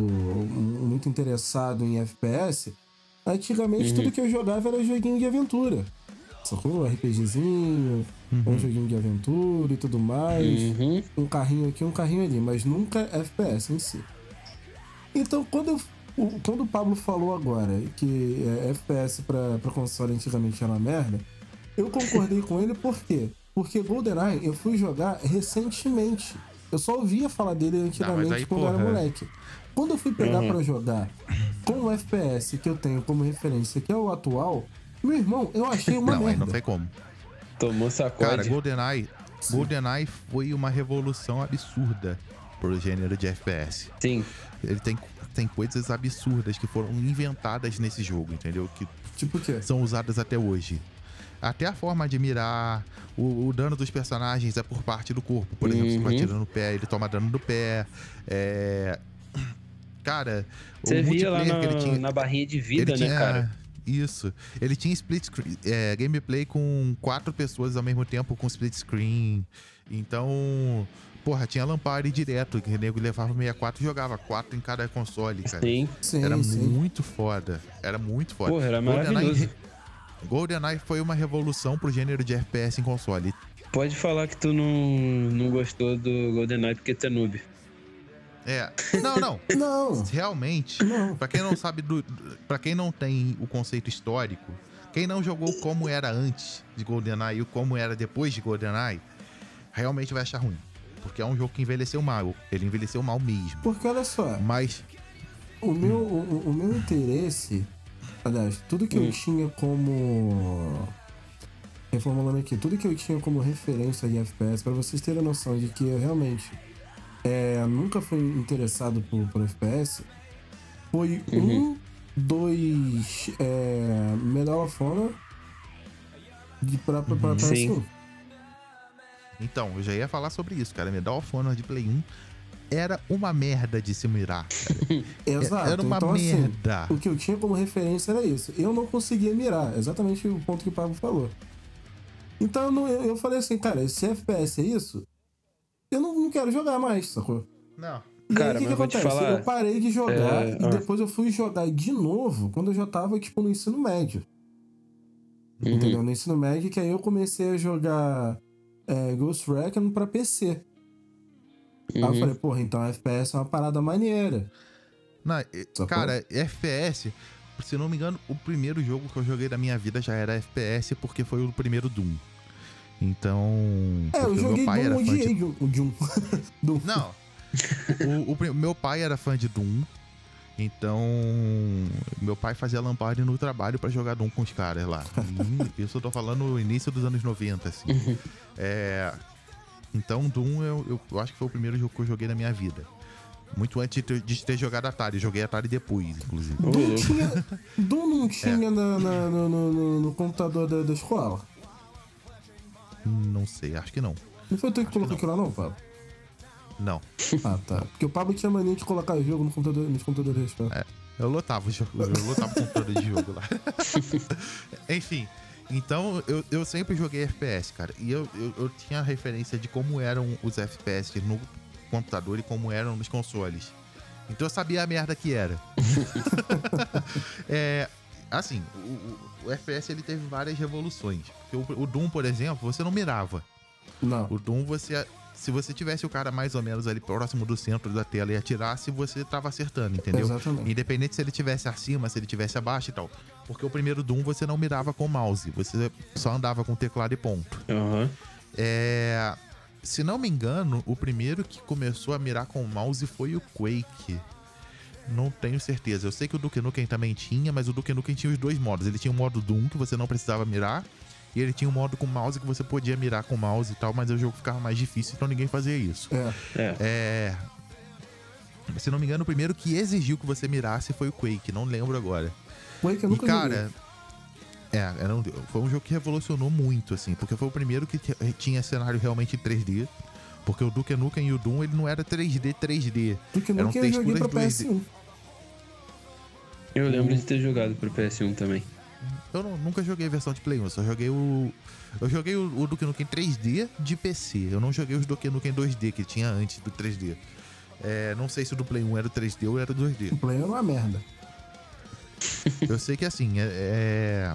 muito interessado em F P S, antigamente Uhum. tudo que eu jogava era joguinho de aventura. Sacou? RPGzinho, Uhum. um joguinho de aventura e tudo mais. Uhum. Um carrinho aqui, um carrinho ali, mas nunca F P S em si. Então, quando, eu, o- quando o Pablo falou agora que é, F P S pra, pra console antigamente era uma merda, eu concordei com ele por quê? Porque GoldenEye eu fui jogar recentemente. Eu só ouvia falar dele antigamente aí, quando eu era porra. moleque. Quando eu fui pegar Uhum. pra jogar com o F P S que eu tenho como referência, que é o atual, meu irmão, eu achei uma Não, aí merda. não tem como. Tomou sacode. Cara, GoldenEye, GoldenEye foi uma revolução absurda pro gênero de F P S. Sim. Ele tem, tem coisas absurdas que foram inventadas nesse jogo, entendeu? Que Tipo o quê? são usadas até hoje. Até a forma de mirar, o, o dano dos personagens é por parte do corpo. Por exemplo, se Uhum. você atira no pé, ele toma dano do pé. É... Cara, Você o via lá multiplayer na, que ele tinha... na barrinha de vida, ele tinha, né, cara? Isso. Ele tinha split screen, é, gameplay com quatro pessoas ao mesmo tempo com split screen. Então, porra, tinha Lampard direto, que o nego levava sessenta e quatro e jogava quatro em cada console, cara. Sim. Sim, Era sim. muito foda. Era muito foda. Porra, era GoldenEye, maravilhoso. GoldenEye foi uma revolução pro gênero de F P S em console. Pode falar que tu não, não gostou do GoldenEye porque tu é noob. É. Não, não. Não, Realmente, não. pra quem não sabe do, para quem não tem o conceito histórico, quem não jogou como era antes de GoldenEye e como era depois de GoldenEye, realmente vai achar ruim, porque é um jogo que envelheceu mal. Ele envelheceu mal mesmo. Porque olha só, Mas o meu, o, o meu interesse, aliás, tudo que eu Hum. tinha como. Reformulando aqui, tudo que eu tinha como referência de F P S, pra vocês terem noção de que eu realmente é, nunca fui interessado por, por F P S, foi Uhum. um, dois, é, Medal of Honor de, pra, pra, pra, pra Sim. P S um. então, eu já ia falar sobre isso, cara. Medal of Honor de Play um era uma merda de se mirar, cara. Exato. Era uma então, assim, merda. o que eu tinha como referência era isso. Eu não conseguia mirar, exatamente o ponto que o Pablo falou. Então eu, não- eu, eu falei assim, cara, se F P S é isso, eu não, não quero jogar mais, sacou? Não. E Cara, aí o que, mas que vou te acontece? falar, Eu parei de jogar é, e ah. depois eu fui jogar de novo quando eu já tava, tipo, no ensino médio. Uhum. Entendeu? No ensino médio, que aí eu comecei a jogar é, Ghost Recon pra P C. Aí eu Uhum. falei, porra, então F P S é uma parada maneira. Não, e- Sacou? cara, F P S, se não me engano, o primeiro jogo que eu joguei da minha vida já era F P S porque foi o primeiro Doom. Então. É, eu porque o joguei meu pai Doom, era fã de odiei Doom. O Doom. Doom. Não. O, o prim- meu pai era fã de Doom. Então, meu pai fazia lamparina no trabalho pra jogar Doom com os caras lá. E isso eu tô falando no início dos anos noventa, assim. É, então, Doom eu, eu, eu acho que foi o primeiro jogo que eu joguei na minha vida. Muito antes de ter, de ter jogado Atari. Eu joguei Atari depois, inclusive. Ô, Doom louco. tinha. Doom não É. tinha na- na- no, no- no- no computador da, da escola? Não sei, acho que não. Não foi tu que colocou aquilo lá, não, Pablo? Não. Ah, tá. Porque o Pablo tinha mania de colocar jogo no computador, nos computadores da escola. Eu lotava o jogo, eu lotava o computador de jogo lá. Enfim, então eu, eu sempre joguei F P S, cara. E eu, eu, eu tinha referência de como eram os F P S no computador e como eram nos consoles. Então eu sabia a merda que era. É, assim, o, o- o F P S ele teve várias revoluções. Porque o, o Doom, por exemplo, você não mirava. Não. O Doom, você, se você tivesse o cara mais ou menos ali próximo do centro da tela e atirasse, você tava acertando, entendeu? Exatamente. Independente se ele tivesse acima, se ele tivesse abaixo e tal. Porque o primeiro Doom você não mirava com mouse, você só andava com teclado e ponto. Aham. É... Se não me engano, o primeiro que começou a mirar com mouse foi o Quake. Não tenho certeza. Eu sei que o Duke Nukem também tinha, mas o Duke Nukem tinha os dois modos. Ele tinha o modo Doom, que você não precisava mirar, e ele tinha o modo com mouse que você podia mirar com mouse e tal, mas o jogo ficava mais difícil, então ninguém fazia isso. É. É. É... Se não me engano, o primeiro que exigiu que você mirasse foi o Quake, não lembro agora. Quake eu E nunca cara, é, era um- foi um jogo que revolucionou muito, assim, porque foi o primeiro que t- tinha cenário realmente em três D. Porque o Duke Nukem e o Doom, ele não era três D, três D. Duke eram Nukem eu joguei pra texturas P S dois D. um. Eu lembro de ter jogado pro P S um também. Eu não- nunca joguei a versão de Play um, eu só joguei o... Eu joguei o, o Duke Nukem três D de P C. Eu não joguei os Duke Nukem dois D, que tinha antes do três D. É, não sei se o do Play um era o três D ou era o dois D. O Play era uma merda. Eu sei que assim, é, é...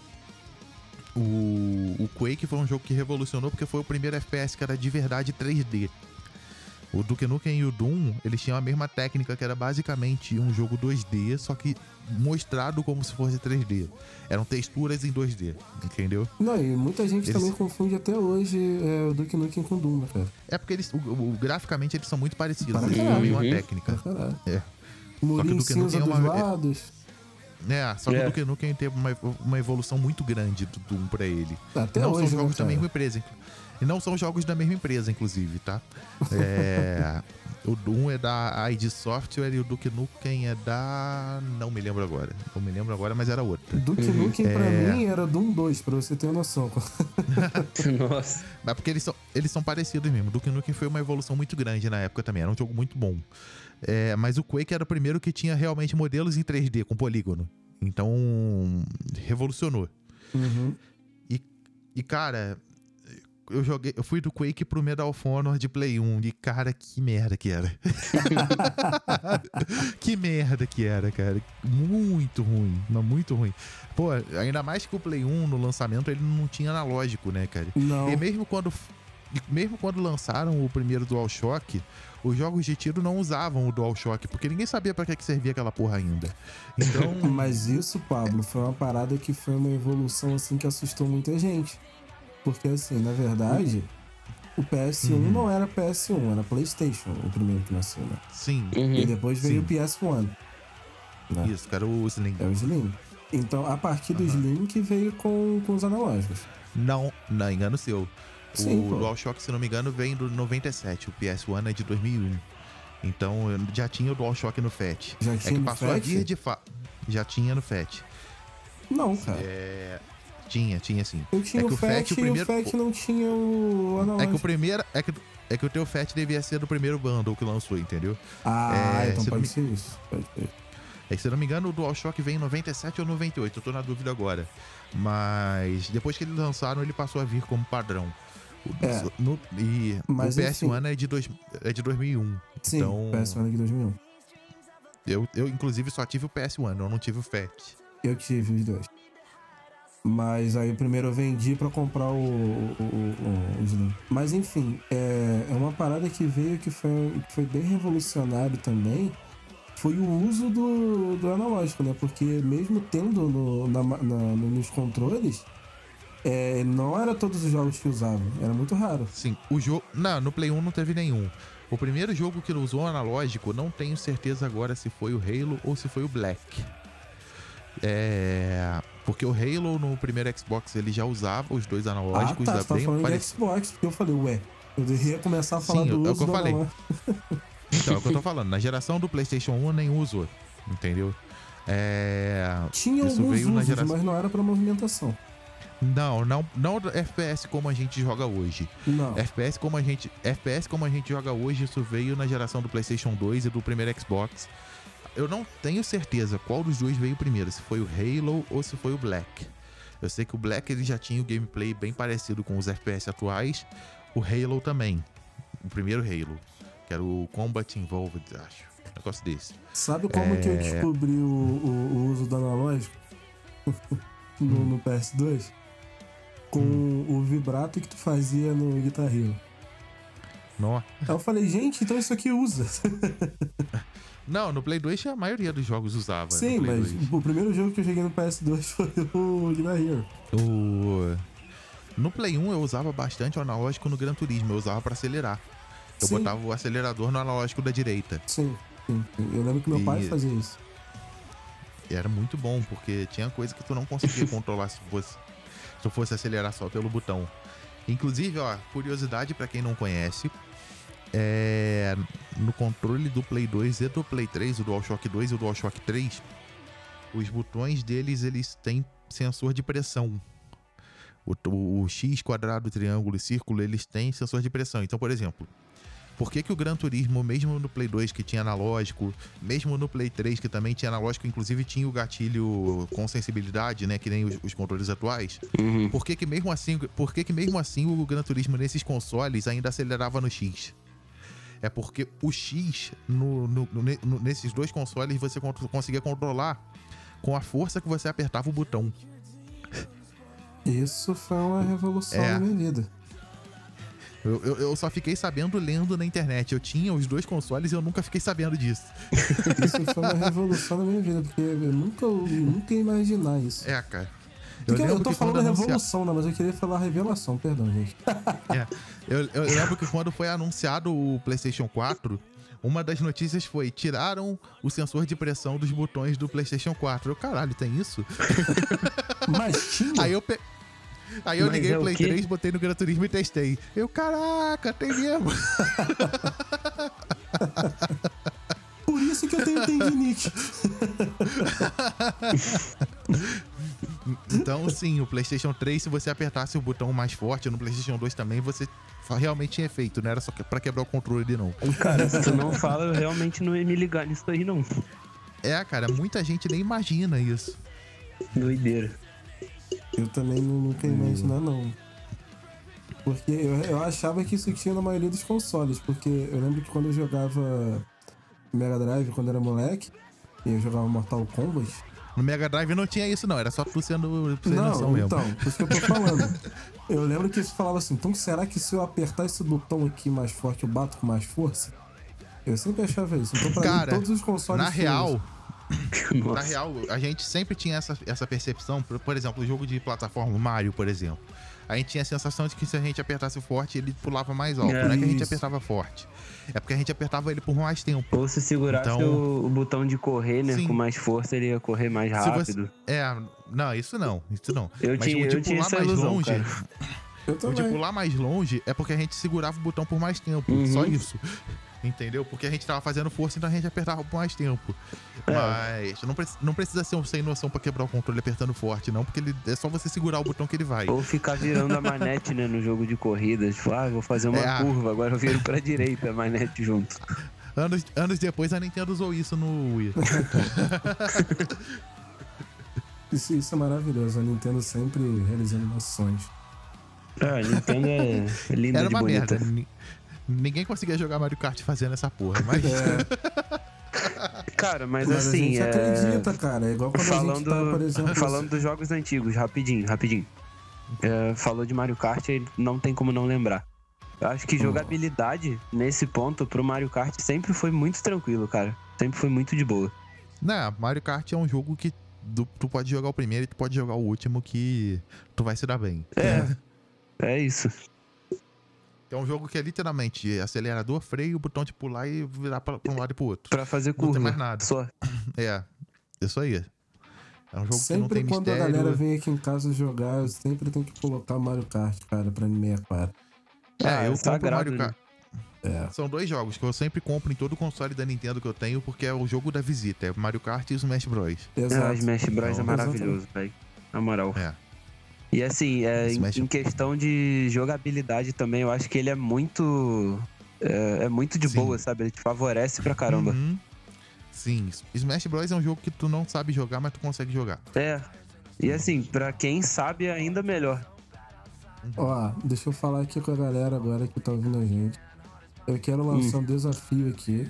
O, o Quake foi um jogo que revolucionou porque foi o primeiro F P S que era de verdade três D. O Duke Nukem e o Doom, eles tinham a mesma técnica, que era basicamente um jogo dois D, só que mostrado como se fosse três D. Eram texturas em dois D, entendeu? Não, e muita gente Eles- também confunde até hoje é, o Duke Nukem com Doom, né, cara? É porque eles, o, o- graficamente eles são muito parecidos, Para eles têm a caralho. mesma Uhum. técnica. Pra caralho. É. Murinho Duke Nukem cinza é dos uma- lados. É, só que É. o Duke Nukem teve uma, uma evolução muito grande do Doom pra ele. Até não hoje, são jogos né, da cara? mesma empresa. inclu- E não são jogos da mesma empresa, inclusive, tá? É, o Doom é da I D Software e o Duke Nukem é da... Não me lembro agora. Não me lembro agora, mas era outra. Duke Uhum. Nukem pra É. mim era Doom dois, pra você ter uma noção. Nossa. Mas porque eles são, eles são parecidos mesmo. Duke Nukem foi uma evolução muito grande na época também. Era um jogo muito bom. É, mas o Quake era o primeiro que tinha realmente modelos em três D, com polígono. Então, revolucionou. Uhum. E, cara, eu joguei, eu fui do Quake pro Medal of Honor de Play um. E, cara, que merda que era. Que merda que era, cara. Muito ruim, mas muito ruim. Pô, ainda mais que o Play um, no lançamento, ele não tinha analógico, né, cara? Não. E mesmo quando, e mesmo quando lançaram o primeiro DualShock, os jogos de tiro não usavam o DualShock, porque ninguém sabia pra que que servia aquela porra ainda. Então, Mas isso, Pablo, foi uma parada que foi uma evolução assim que assustou muita gente. Porque assim, na verdade, o P S um Uhum. não era P S um, era PlayStation, o primeiro que nasceu, né? sim, E Uhum. depois veio Sim. o P S um. Né? isso, cara, o Slim. É o Slim. Então, a partir do Aham. Slim que veio com, com os analógicos. Não, não, engano seu. Sim, o pô. DualShock, se não me engano, vem do noventa e sete. O P S um é de dois mil e um. Então, eu já tinha o DualShock no Fat. Já É tinha que no passou a Fat? vir de fa... Já tinha no Fat. Não, cara. É... Tinha, tinha sim. Eu tinha é que o o Fat, Fat o e primeiro- o Fat não tinha o É analógico. que o primeiro... É que, é que o teu Fat devia ser do primeiro bundle que lançou, entendeu? Ah, É, então se não pode me- ser isso. Pode ser. É que, se eu não me engano, o DualShock vem em noventa e sete ou noventa e oito, eu tô na dúvida agora. Mas depois que eles lançaram, ele passou a vir como padrão. O, É. no- e Mas, o P S um enfim. é de, dois, é de dois mil e um. Sim, então, P S um aqui dois mil e um. eu, eu, inclusive, só tive o P S um, eu não tive o Fat. Eu tive os dois. Mas aí primeiro eu vendi pra comprar o, o, o, o Slim. Mas enfim, é, é uma parada que veio que foi, que foi bem revolucionário também. Foi o uso do, do analógico, né? Porque mesmo tendo no, na, na- no- nos controles, é, não era todos os jogos que usavam. Era muito raro. Sim, o jogo... Não, no Play um não teve nenhum. O primeiro jogo que usou o analógico, não tenho certeza agora se foi o Halo ou se foi o Black. É... Porque o Halo no primeiro Xbox ele já usava os dois Ah, analógicos. tá. da Você tá bem falando de parecido. Xbox, porque eu falei, ué. Eu ia começar a falar Sim, do é o uso que eu do falei. analógico. Então, é o que eu tô falando. Na geração do PlayStation um nem usou, entendeu? É... Tinha Isso alguns veio na usos, geração- mas não era pra movimentação. Não, não, não do F P S como a gente joga hoje. Não. F P S como a gente, F P S como a gente joga hoje, isso veio na geração do PlayStation dois e do primeiro Xbox. Eu não tenho certeza qual dos dois veio primeiro, se foi o Halo ou se foi o Black. Eu sei que o Black ele já tinha o gameplay bem parecido com os F P S atuais, o Halo também. O primeiro Halo, que era o Combat Involved, acho. Um negócio desse. Sabe como que eu É. descobri o, o- o uso do analógico no, Hum. no P S dois? Com o vibrato que tu fazia no Guitar Hero. Nó. Aí eu falei, gente, então isso aqui usa. Não, no Play dois a maioria dos jogos usava. Sim, no Play mas dois. o primeiro jogo que eu joguei no P S dois foi o Guitar Hero. O... No Play um eu usava bastante o analógico no Gran Turismo, eu usava pra acelerar. Eu Sim. botava o acelerador no analógico da direita. Sim, sim. Eu lembro que meu E- pai fazia isso. E era muito bom, porque tinha coisa que tu não conseguia controlar se fosse, se tu fosse acelerar só pelo botão. Inclusive, ó, curiosidade pra quem não conhece, é... no controle do Play dois e do Play três, o DualShock dois e o DualShock três, os botões deles, eles têm sensor de pressão. O, o- o X, quadrado, triângulo e círculo, eles têm sensor de pressão. Então, por exemplo, por que que o Gran Turismo, mesmo no Play dois que tinha analógico, mesmo no Play três que também tinha analógico, inclusive tinha o gatilho com sensibilidade, né, que nem os, os controles atuais, Uhum. por que que mesmo assim, por que que mesmo assim o Gran Turismo nesses consoles ainda acelerava no X? É porque o X, no, no, no, nesses dois consoles, você conseguia controlar com a força que você apertava o botão. Isso foi uma revolução é. na minha vida. Eu, eu, eu só fiquei sabendo lendo na internet. Eu tinha os dois consoles e eu nunca fiquei sabendo disso. Isso foi uma revolução na minha vida, porque eu nunca, eu nunca ia imaginar isso. É, cara. Eu, eu tô que falando anuncia... revolução, né? Mas eu queria falar revelação, perdão, gente. É, eu, eu lembro que quando foi anunciado o PlayStation quatro, uma das notícias foi: tiraram o sensor de pressão dos botões do PlayStation quatro. Eu, caralho, tem isso? Mas tinha? Aí eu, pe... Aí eu Mas liguei é o Play o quê? três, botei no Gran Turismo e testei. Eu, caraca, tem mesmo. Por isso que eu tenho tendinite. Então, sim, o PlayStation três, se você apertasse o botão mais forte, no PlayStation dois também, você realmente tinha efeito, não era só pra quebrar o controle de não. Cara, se tu não fala, eu realmente não ia me ligar nisso aí, não. É, cara, muita gente nem imagina isso. Doideira. Eu também não, nunca ia imaginar, não. Porque eu, eu achava que isso tinha na maioria dos consoles, porque eu lembro que quando eu jogava Mega Drive, quando era moleque, e eu jogava Mortal Kombat... No Mega Drive não tinha isso, não. Era só tu sendo sem não, noção mesmo. Então, por isso que eu tô falando. Eu lembro que isso falava assim, então será que se eu apertar esse botão aqui mais forte, eu bato com mais força? Eu sempre achava isso. Então, pra Cara, mim, todos os consoles... na real... Nossa. Na real, a gente sempre tinha essa, essa percepção. Por, por exemplo, o jogo de plataforma Mario, por exemplo. A gente tinha a sensação de que se a gente apertasse forte, ele pulava mais alto. É não é que a gente isso. apertava forte. É porque a gente apertava ele por mais tempo. Ou se segurasse Então, o, o botão de correr, né? sim. Com mais força, ele ia correr mais Se rápido. você, é, não, isso não. Isso não. Eu Mas tinha, o de eu tinha pular essa mais ilusão, longe. cara. Eu O de também. pular mais longe é porque a gente segurava o botão por mais tempo. Uhum. Só isso. Entendeu? Porque a gente tava fazendo força, então a gente apertava por mais tempo. É. Mas não, pre- não precisa ser um sem noção pra quebrar o controle apertando forte, não. Porque ele, é só você segurar o botão que ele vai. Ou ficar virando a manete, né? No jogo de corrida. Tipo, ah, vou fazer uma É. curva, agora eu viro pra direita, a manete junto. Anos, anos depois a Nintendo usou isso no Wii. Isso, isso é maravilhoso. A Nintendo sempre realizando nossos sonhos. Ah, a Nintendo é linda Era de uma bonita. merda. Ni- Ninguém conseguia jogar Mario Kart fazendo essa porra, mas... É, Cara, mas, mas a assim, gente é... acredita, cara. É igual quando a falando, gente tá, por exemplo... falando dos jogos antigos, rapidinho, rapidinho. É, falou de Mario Kart e não tem como não lembrar. Eu acho que jogabilidade, nesse ponto, pro Mario Kart sempre foi muito tranquilo, cara. Sempre foi muito de boa. Não, Mario Kart é um jogo que tu, tu pode jogar o primeiro e tu pode jogar o último que tu vai se dar bem. É, é isso. É um jogo que é literalmente acelerador, freio, botão de pular e virar pra, pra um lado e pro outro. Pra fazer Não curva. tem mais nada. Só. É, isso aí. É um jogo Sempre que não tem quando mistério. a galera vem aqui em casa jogar, eu sempre tenho que colocar Mario Kart, cara, pra sessenta e quatro. É, Ah, eu é compro sagrado, Mario né? Kart. É. São dois jogos que eu sempre compro em todo console da Nintendo que eu tenho, porque é o jogo da visita. É Mario Kart e o Smash Bros. Exato. Ah, Smash Bros é Não, maravilhoso, velho. Na moral. É. E assim, é, em, Smash- em questão de jogabilidade também, eu acho que ele é muito. É, é muito de Sim. boa, sabe? Ele te favorece pra caramba. Uhum. Sim, Smash Bros é um jogo que tu não sabe jogar, mas tu consegue jogar. É. E assim, pra quem sabe, é ainda melhor. Ó, deixa eu falar aqui com a galera agora que tá ouvindo a gente. Eu quero lançar um desafio aqui.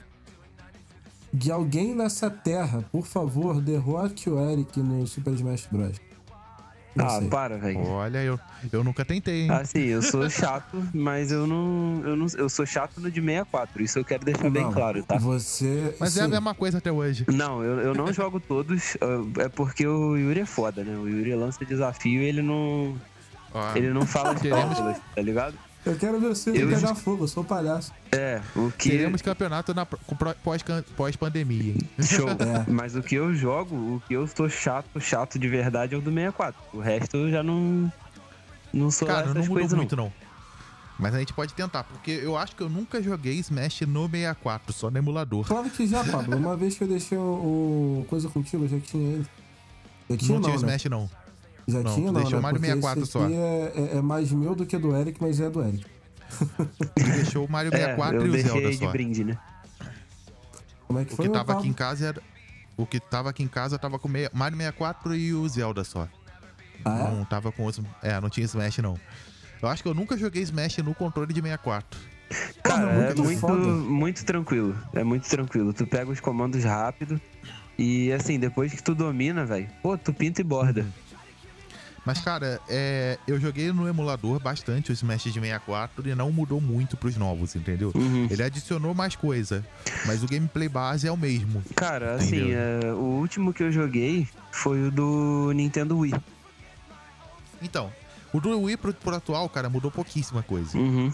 De alguém nessa terra, por favor, derrote o Eric no Super Smash Bros. Não Ah, sei. para, velho. Olha, eu, eu nunca tentei, hein? Assim, eu sou chato, mas eu não, eu não. Eu sou chato no de sessenta e quatro. Isso eu quero deixar bem Não, claro, tá? Você. Mas é a sim, mesma coisa até hoje. Não, eu, eu não jogo todos. uh, É porque o Yuri é foda, né? O Yuri lança desafio e ele não. Ó, Ele não fala de Teremos- fórmulas, tá ligado? Eu quero ver você Eu- pegar fogo, eu sou palhaço. É, o que. teremos campeonato na, com pro- pós- pós-pandemia, hein? Show. É. Mas o que eu jogo, o que eu sou chato, chato de verdade é o do sessenta e quatro. O resto eu já não. Não sou Cara, essas não mudou coisas, muito, não. Mas a gente pode tentar, porque eu acho que eu nunca joguei Smash no sessenta e quatro, só no emulador. Claro que já, Pablo. Uma vez que eu deixei o, o coisa contigo, eu já tinha ele. Eu tinha Não não, tinha né? Smash, não. Já Não, tinha tu não, deixou né? Mario Porque sessenta e quatro esse só. aqui é, é, é mais meu do que do Eric, mas é do Eric. Tu deixou o Mario sessenta e É, quatro eu e o deixei Zelda de só. brinde, né? Como é que O foi, que meu tava Pablo? aqui em casa era... O que tava aqui em casa tava com meia- Mario sessenta e quatro e o Zelda só. Ah, é? Não tava com outros... É, não tinha Smash, não. Eu acho que eu nunca joguei Smash no controle de sessenta e quatro. Cara, Porra, é muito muito, foda. muito tranquilo. É muito tranquilo. Tu pega os comandos rápido e, assim, depois que tu domina, velho, pô, tu pinta e borda. Mas, cara, é, eu joguei no emulador bastante o Smash de sessenta e quatro e não mudou muito pros novos, entendeu? Uhum. Ele adicionou mais coisa, mas o gameplay base é o mesmo. Cara, assim, Entendeu? é, o último que eu joguei foi o do Nintendo Wii. Então, o do Wii pro, pro atual, cara, mudou pouquíssima coisa. Uhum.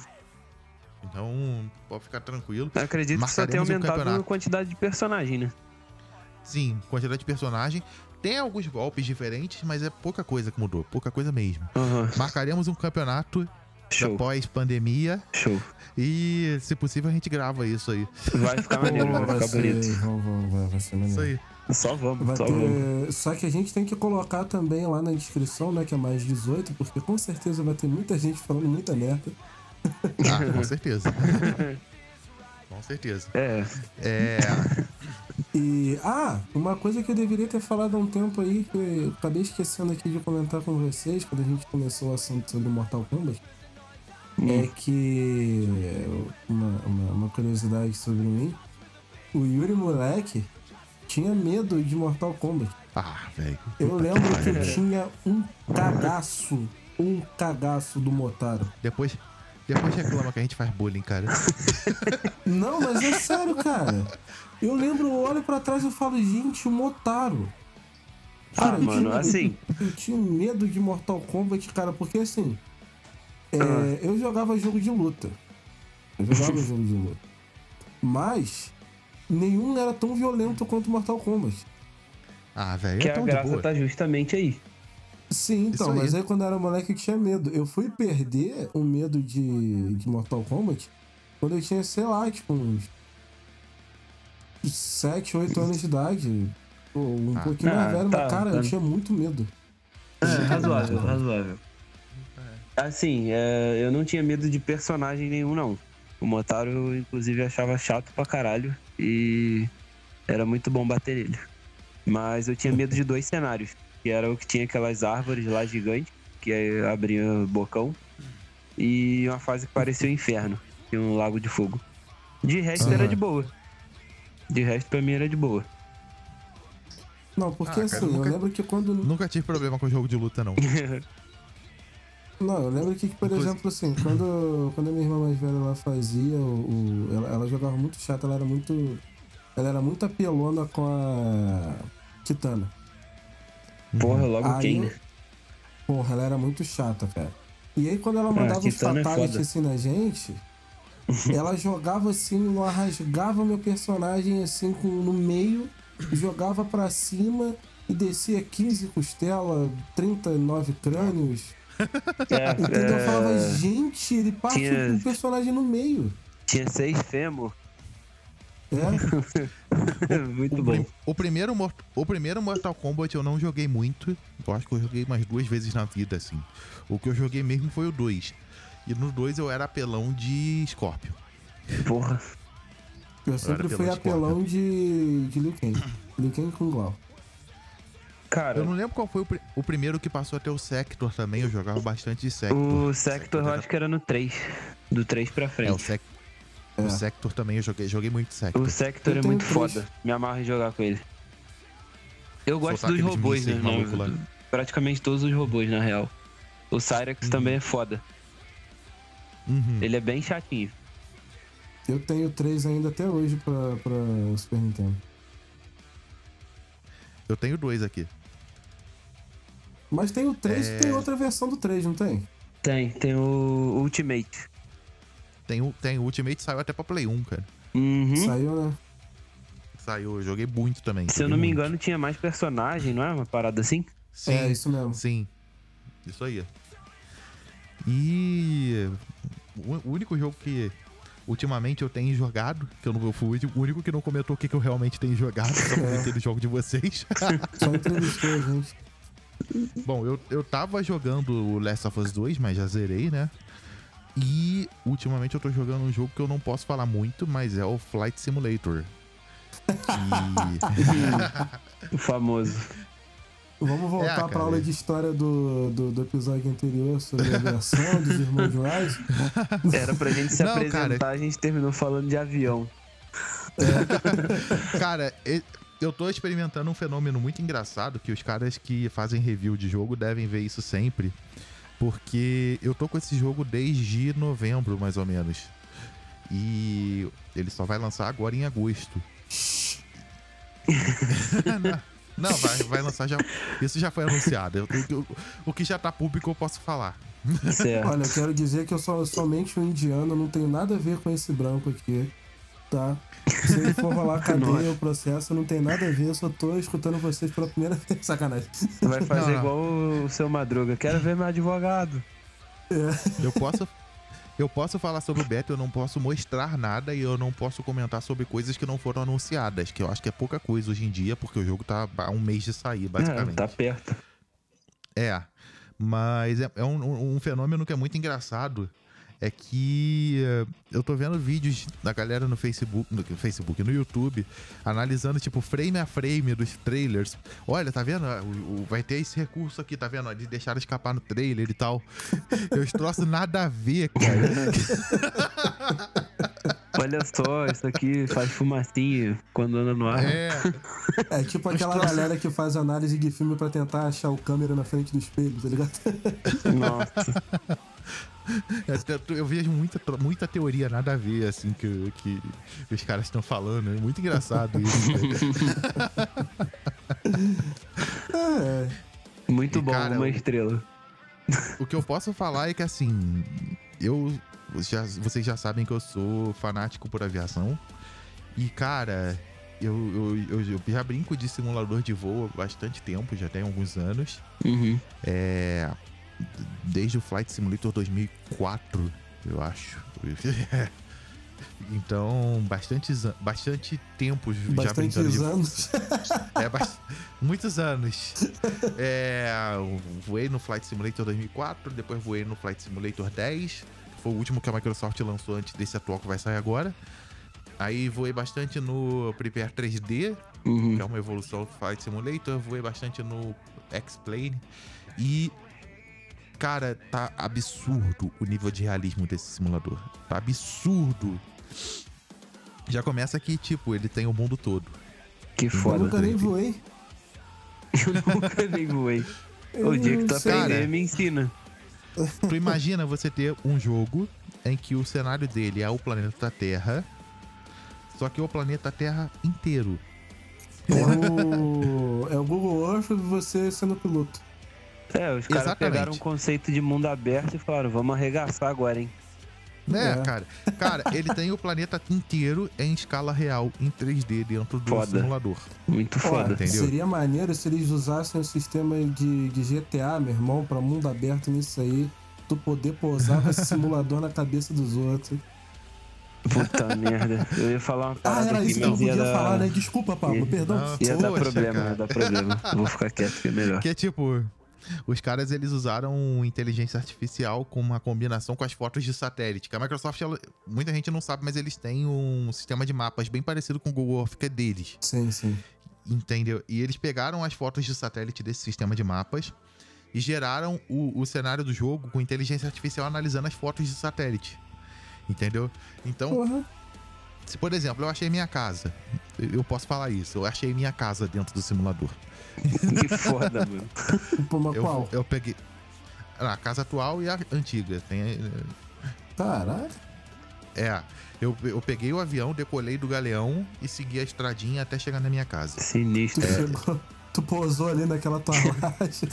Então, pode ficar tranquilo. Eu acredito que só tem Marcaremos um aumentado a campeonato. quantidade de personagem, né? Sim, quantidade de personagem. Tem alguns golpes diferentes, mas é pouca coisa que mudou. Pouca coisa mesmo. Uhum. Marcaremos um campeonato Show. após pandemia. Show. E, se possível, a gente grava isso aí. Vai ficar maneiro, vai Vai ficar ser, bonito. vamos, vamos, vai, vai ser Isso maneiro. aí. Só vamos, Vai só vamos. ter... Só que a gente tem que colocar também lá na descrição, né, que é mais dezoito, porque com certeza vai ter muita gente falando muita merda. Ah, com certeza. Com certeza. É, É. E, ah, uma coisa que eu deveria ter falado há um tempo aí, que eu acabei esquecendo aqui de comentar com vocês, quando a gente começou o assunto sobre Mortal Kombat, é que, uma, uma, uma curiosidade sobre mim, o Yuri moleque tinha medo de Mortal Kombat. Ah, velho. Eu lembro que eu tinha um cagaço, um cagaço do Motaro. Depois, depois reclama que a gente faz bullying, cara. Não, mas é sério, cara. Eu lembro, eu olho pra trás e falo, gente, o Motaro. Ah, eu mano, tinha, assim. Eu, eu tinha medo de Mortal Kombat, cara, porque assim. é, Ah. Eu jogava jogo de luta. Eu jogava jogo de luta. Mas nenhum era tão violento quanto Mortal Kombat. Ah, velho, Que é a tão de graça boa. tá justamente aí. Sim, então, Isso aí. mas aí quando eu era moleque eu tinha medo. Eu fui perder o medo de, de Mortal Kombat quando eu tinha, sei lá, tipo, uns sete, oito anos de idade. Pô, um Ah. pouquinho mais Ah, velho, tá, mas cara, tá. eu tinha muito medo. É, razoável, razoável. Assim, é, eu não tinha medo de personagem nenhum, não. O Motaro, eu, inclusive, achava chato pra caralho e era muito bom bater nele. Mas eu tinha medo de dois cenários, que era o que tinha aquelas árvores lá gigantes, que aí abria bocão, e uma fase que parecia o inferno, tinha um lago de fogo. De resto Aham. era de boa. De resto pra mim era de boa. Não, porque Ah, cara, assim, nunca- eu lembro que quando. Nunca tive problema com jogo de luta, não. Não, eu lembro que, por Inclusive- exemplo, assim, quando, quando a minha irmã mais velha ela fazia, o, o- ela, ela jogava muito chata, ela era muito. Ela era muito apelona com a Kitana. Porra, logo Aí quem, eu- né? Porra, ela era muito chata, cara. E aí quando ela mandava os Kitana é fatalities foda. assim na gente, ela jogava assim, ela rasgava meu personagem assim com, no meio, jogava pra cima e descia quinze costelas, trinta e nove crânios. É, Entendeu? Eu é, falava, gente, ele parte tinha- o personagem no meio. tinha seis fêmur. É, Muito O, bom. prim- o primeiro, Mort- o primeiro Mortal Kombat eu não joguei muito. Eu acho que eu joguei mais duas vezes na vida, assim. O que eu joguei mesmo foi o dois. E no dois eu era apelão de Scorpion. Porra. eu sempre era fui pelo apelão de, de Liu Kang. Liu Kang com Glau. Cara, Eu não lembro qual foi o, pri- o primeiro que passou a ter o Sector também. Eu jogava bastante de Sector. o Sector eu era- acho que era no três. Do três pra É, o, frente. Sec... É. o Sector também eu joguei. Joguei muito Sector. O Sector Eu é tenho muito três. foda. Me amarro em jogar com ele. Eu gosto Soltar dos aqueles robôs, né? mísseis malucos Não, lá. praticamente todos os robôs, na real. O Cyrax Uhum. também é foda. Uhum. Ele é bem chatinho. Eu tenho três ainda até hoje pra, pra Super Nintendo. Eu tenho dois aqui. Mas tem o três É. e tem outra versão do três, não tem? Tem, tem o Ultimate. Tem o, tem o Ultimate, saiu até pra Play um, cara. Uhum. Saiu, né? Saiu, eu joguei muito também. Se eu joguei não me muito. engano, tinha mais personagem, não é? Uma parada assim? Sim, É, isso mesmo. sim. Isso aí. E o o único jogo que ultimamente eu tenho jogado, que eu não eu fui o único que não comentou o que, que eu realmente tenho jogado, só comentei do jogo de vocês. Só entrevistou a gente. Bom, eu, eu tava jogando o Last of Us dois, mas já zerei, né? E ultimamente eu tô jogando um jogo que eu não posso falar muito, mas é o Flight Simulator. O famoso. Vamos voltar É, cara, pra aula é. de história do, do, do episódio anterior sobre a aviação dos irmãos Wright. Era pra gente se Não, apresentar, cara. a gente terminou falando de avião. Cara, e- eu tô experimentando um fenômeno muito engraçado que os caras que fazem review de jogo devem ver isso sempre. Porque eu tô com esse jogo desde novembro, mais ou menos. E ele só vai lançar agora em agosto. Não, vai, vai lançar já. Isso já foi anunciado. Eu- eu- o que já tá público eu posso falar. Certo. Olha, eu quero dizer que eu sou somente um indiano, não tenho nada a ver com esse branco aqui, tá? Se ele for rolar cadeia, o processo não tem nada a ver, eu só tô escutando vocês pela primeira vez. Sacanagem. Vai fazer Não. igual o seu Madruga. Quero ver meu advogado. Eu posso. Eu posso falar sobre o beta, eu não posso mostrar nada e eu não posso comentar sobre coisas que não foram anunciadas, que eu acho que é pouca coisa hoje em dia, porque o jogo tá há um mês de sair, basicamente. É, tá perto. É, mas é, é um, um fenômeno que é muito engraçado. É que eh, eu tô vendo vídeos da galera no Facebook, no Facebook, no YouTube, analisando, tipo, frame a frame dos trailers. Olha, tá vendo? O, o- vai ter esse recurso aqui, tá vendo? Eles deixaram escapar no trailer e tal. Eu troço nada a ver, cara. Olha só, isso aqui faz fumacinha quando anda no ar. É, É tipo aquela troços- galera que faz análise de filme pra tentar achar o câmera na frente do espelho, tá ligado? Nossa. eu, eu vejo muita, muita teoria nada a ver, assim, que, que os caras estão falando. É muito engraçado isso. É, Muito E, bom, cara, uma o- estrela. O que eu posso falar é que, assim, eu já, vocês já sabem que eu sou fanático por aviação. E, cara, eu, eu, eu, eu já brinco de simulador de voo há bastante tempo, já tem alguns anos. Uhum. É, desde o Flight Simulator dois mil e quatro, eu acho. Então, bastantes, an- bastante tempo já bastantes brincando de anos. É, bast... muitos anos. É, eu voei no Flight Simulator dois mil e quatro, depois voei no Flight Simulator dez, que foi o último que a Microsoft lançou antes desse atual que vai sair agora. Aí voei bastante no Prepare três D, Uhum. que é uma evolução do Flight Simulator. Voei bastante no X-Plane. E, cara, tá absurdo o nível de realismo desse simulador. Tá absurdo. Já começa que, tipo, ele tem o mundo todo. Que Eu foda. nunca nem três D. voei. Eu nunca nem voei. Eu O dia que tu não sei. aprender, Cara. me ensina. Tu imagina você ter um jogo em que o cenário dele é o planeta Terra, só que é o planeta Terra inteiro. É o, é o Google Earth e você sendo piloto. É, os caras Exatamente. pegaram um conceito de mundo aberto e falaram, vamos arregaçar agora, hein? Né, É. cara? Cara, ele tem o planeta inteiro em escala real, em três D, dentro do Foda. simulador. Muito Ó, foda. entendeu? seria maneiro se eles usassem o sistema de, de G T A, meu irmão, pra mundo aberto nisso aí. Tu poder pousar com esse simulador na cabeça dos outros. Puta merda. Eu ia falar uma Ah, parada era aqui, isso que eu mas ia podia dar... falar, né? Desculpa, Pablo, Ia- perdão. Não. Ia dar Poxa, problema, cara. ia dar problema. Vou ficar quieto que é melhor. Que é tipo, os caras eles usaram inteligência artificial com uma combinação com as fotos de satélite. Que a Microsoft, ela- muita gente não sabe, mas eles têm um sistema de mapas bem parecido com o Google Earth, que é deles. Sim, sim. Entendeu? E eles pegaram as fotos de satélite desse sistema de mapas e geraram o, o cenário do jogo com inteligência artificial analisando as fotos de satélite. Entendeu? Então, Porra. se por exemplo, eu achei minha casa, eu posso falar isso, eu achei minha casa dentro do simulador. Que foda, mano. Pô, mas Eu, qual? eu peguei a casa atual e a antiga. Tem, Caralho. é, eu, eu peguei o avião, decolei do galeão e segui a estradinha até chegar na minha casa. Tu Sinistro. chegou, tu pousou ali naquela tua laje.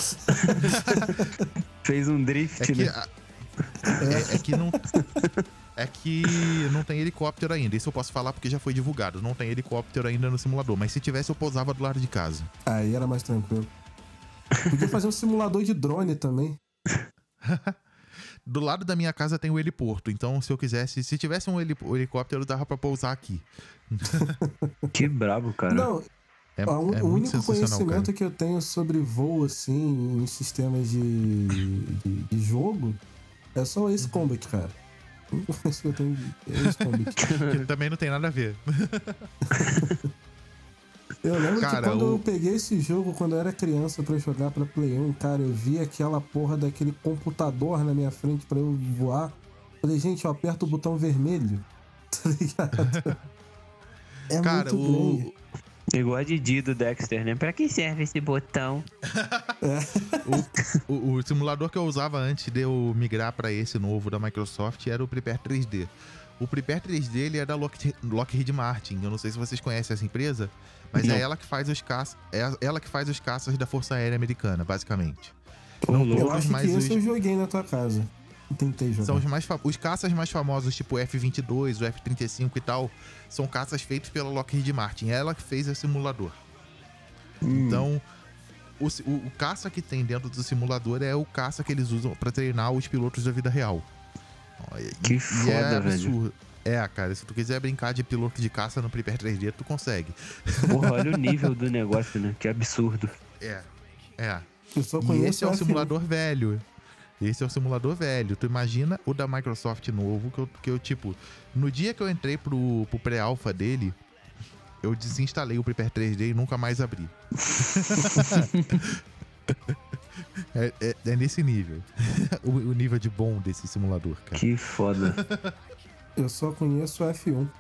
Fez um É drift, que, né? a- é, é que não. É que não tem helicóptero ainda. Isso eu posso falar porque já foi divulgado. Não tem helicóptero ainda no simulador. Mas se tivesse, eu pousava do lado de casa. Aí era mais tranquilo. Podia fazer um simulador de drone também. Do lado da minha casa tem o heliporto. Então, se eu quisesse, se tivesse um heli- um helicóptero, dava pra pousar aqui. Que brabo, cara. Não, É, ó, o é o muito único sensacional, cara. conhecimento que eu tenho sobre voo, assim, em sistemas de, de, de jogo, é só o Ace Combat, cara. O único conhecimento que eu tenho é Ace Combat. Que também não tem nada a ver. Eu lembro Cara, que quando o- eu peguei esse jogo, quando eu era criança pra jogar pra Play um, cara, eu vi aquela porra daquele computador na minha frente pra eu voar. Falei, gente, eu aperto o botão vermelho, tá ligado? É Cara, muito o, grande. Igual a Didi do Dexter, né? Pra que serve esse botão? o, o- o simulador que eu usava antes de eu migrar pra esse novo da Microsoft era o Prepare três D. O Prepare três D ele é da Lock- Lockheed Martin. Eu não sei se vocês conhecem essa empresa, mas Não. é ela que faz os caças, é ela que faz os caças da Força Aérea Americana, basicamente. Ô, Não louco. Eu todos, acho mas que esse os- eu joguei na tua casa. Tentei jogar. São os, mais fa- os caças mais famosos, tipo o F vinte e dois, o F trinta e cinco e tal, são caças feitos pela Lockheed Martin. É ela que fez esse simulador. Hum. Então, o, si- o- o caça que tem dentro do simulador é o caça que eles usam pra treinar os pilotos da vida real. E- Que e foda, é velho. absurdo. É, cara, se tu quiser brincar de piloto de caça no Prepare três D, tu consegue. Porra, olha o nível do negócio, né? Que absurdo. É, é. Eu só E conheço esse é o F um. simulador velho. Esse é o simulador velho. Tu imagina o da Microsoft novo, que eu, que eu tipo... No dia que eu entrei pro, pro pré-alpha dele, eu desinstalei o Prepare três D e nunca mais abri. é, é- é nesse nível. o, o nível de bom desse simulador, cara. Que foda. Eu só conheço o F um.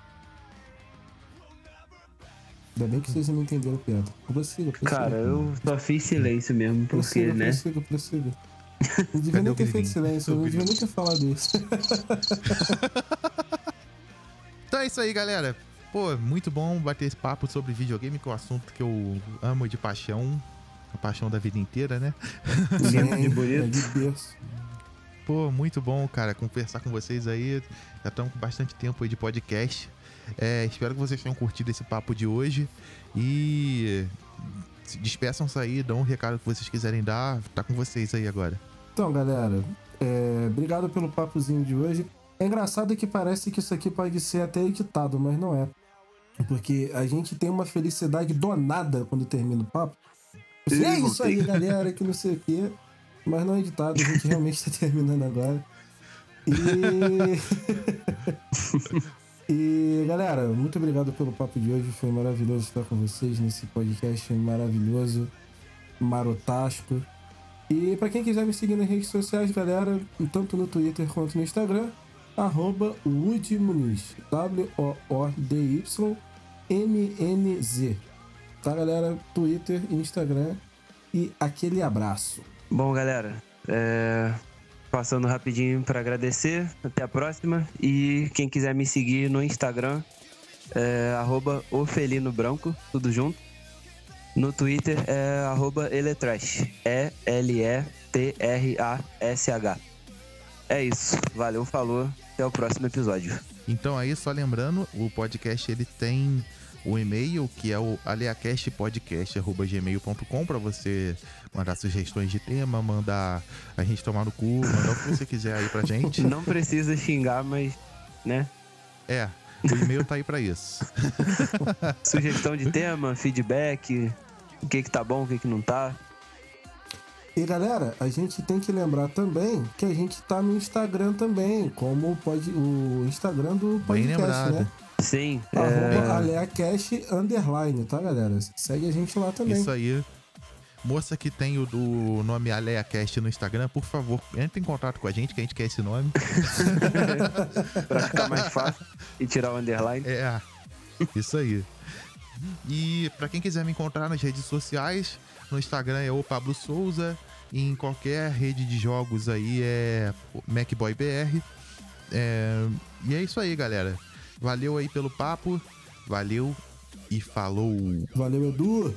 Ainda bem que vocês não entenderam a piada. Prossiga, prossiga. Cara, eu só fiz silêncio mesmo, porque, Prossiga, né? prossiga, prossiga. Não devia Cadê nem o ter feito grilinho? silêncio, eu O não devia nem grilinho. ter falado isso. Então é isso aí, galera. Pô, muito bom bater esse papo sobre videogame, que é um assunto que eu amo de paixão. A paixão da vida inteira, né? Sempre de É bonito. de berço. Pô, muito bom, cara, conversar com vocês aí. Já estamos com bastante tempo aí de podcast. É, espero que vocês tenham curtido esse papo de hoje. E se despeçam-se aí, dão um recado que vocês quiserem dar. Tá com vocês aí agora. Então, galera, é, obrigado pelo papozinho de hoje. É engraçado que parece que isso aqui pode ser até editado, mas não é. Porque a gente tem uma felicidade donada quando termina o papo. Assim, é isso aí, galera, que não sei o quê. Mas não é editado, a gente realmente tá terminando agora. E... e, galera, muito obrigado pelo papo de hoje. Foi maravilhoso estar com vocês nesse podcast maravilhoso, marotástico. E pra quem quiser me seguir nas redes sociais, galera, tanto no Twitter quanto no Instagram, arroba Woody Muniz, W O O D Y M N Z. Tá, galera? Twitter e Instagram. E aquele abraço. Bom, galera, é... passando rapidinho pra agradecer. Até a próxima. E quem quiser me seguir no Instagram, é arroba Ofelino Branco, tudo junto. No Twitter é arroba Eletrash, E L E T R A S H. É isso. Valeu, falou. Até o próximo episódio. Então aí, só lembrando, o podcast ele tem o e-mail, que é o aleacastpodcast arroba gmail ponto com, pra você mandar sugestões de tema, mandar a gente tomar no cu, mandar o que você quiser aí pra gente. Não precisa xingar, mas, né? É, o e-mail tá aí pra isso. Sugestão de tema, feedback, o que que tá bom, o que que não tá. E galera, a gente tem que lembrar também que a gente tá no Instagram também, como pode, o Instagram do Bem podcast, lembrado. né? Sim, Arroba é... Aleacast underline, tá, galera? Segue a gente lá também. Isso aí. Moça que tem o do nome AleaCast no Instagram, por favor, entre em contato com a gente, que a gente quer esse nome. pra ficar mais fácil e tirar o underline. É, isso aí. E pra quem quiser me encontrar nas redes sociais, no Instagram é o Pablo Souza, e em qualquer rede de jogos aí é MacBoyBR. É, e é isso aí, galera. Valeu aí pelo papo, valeu e falou! Valeu, Edu!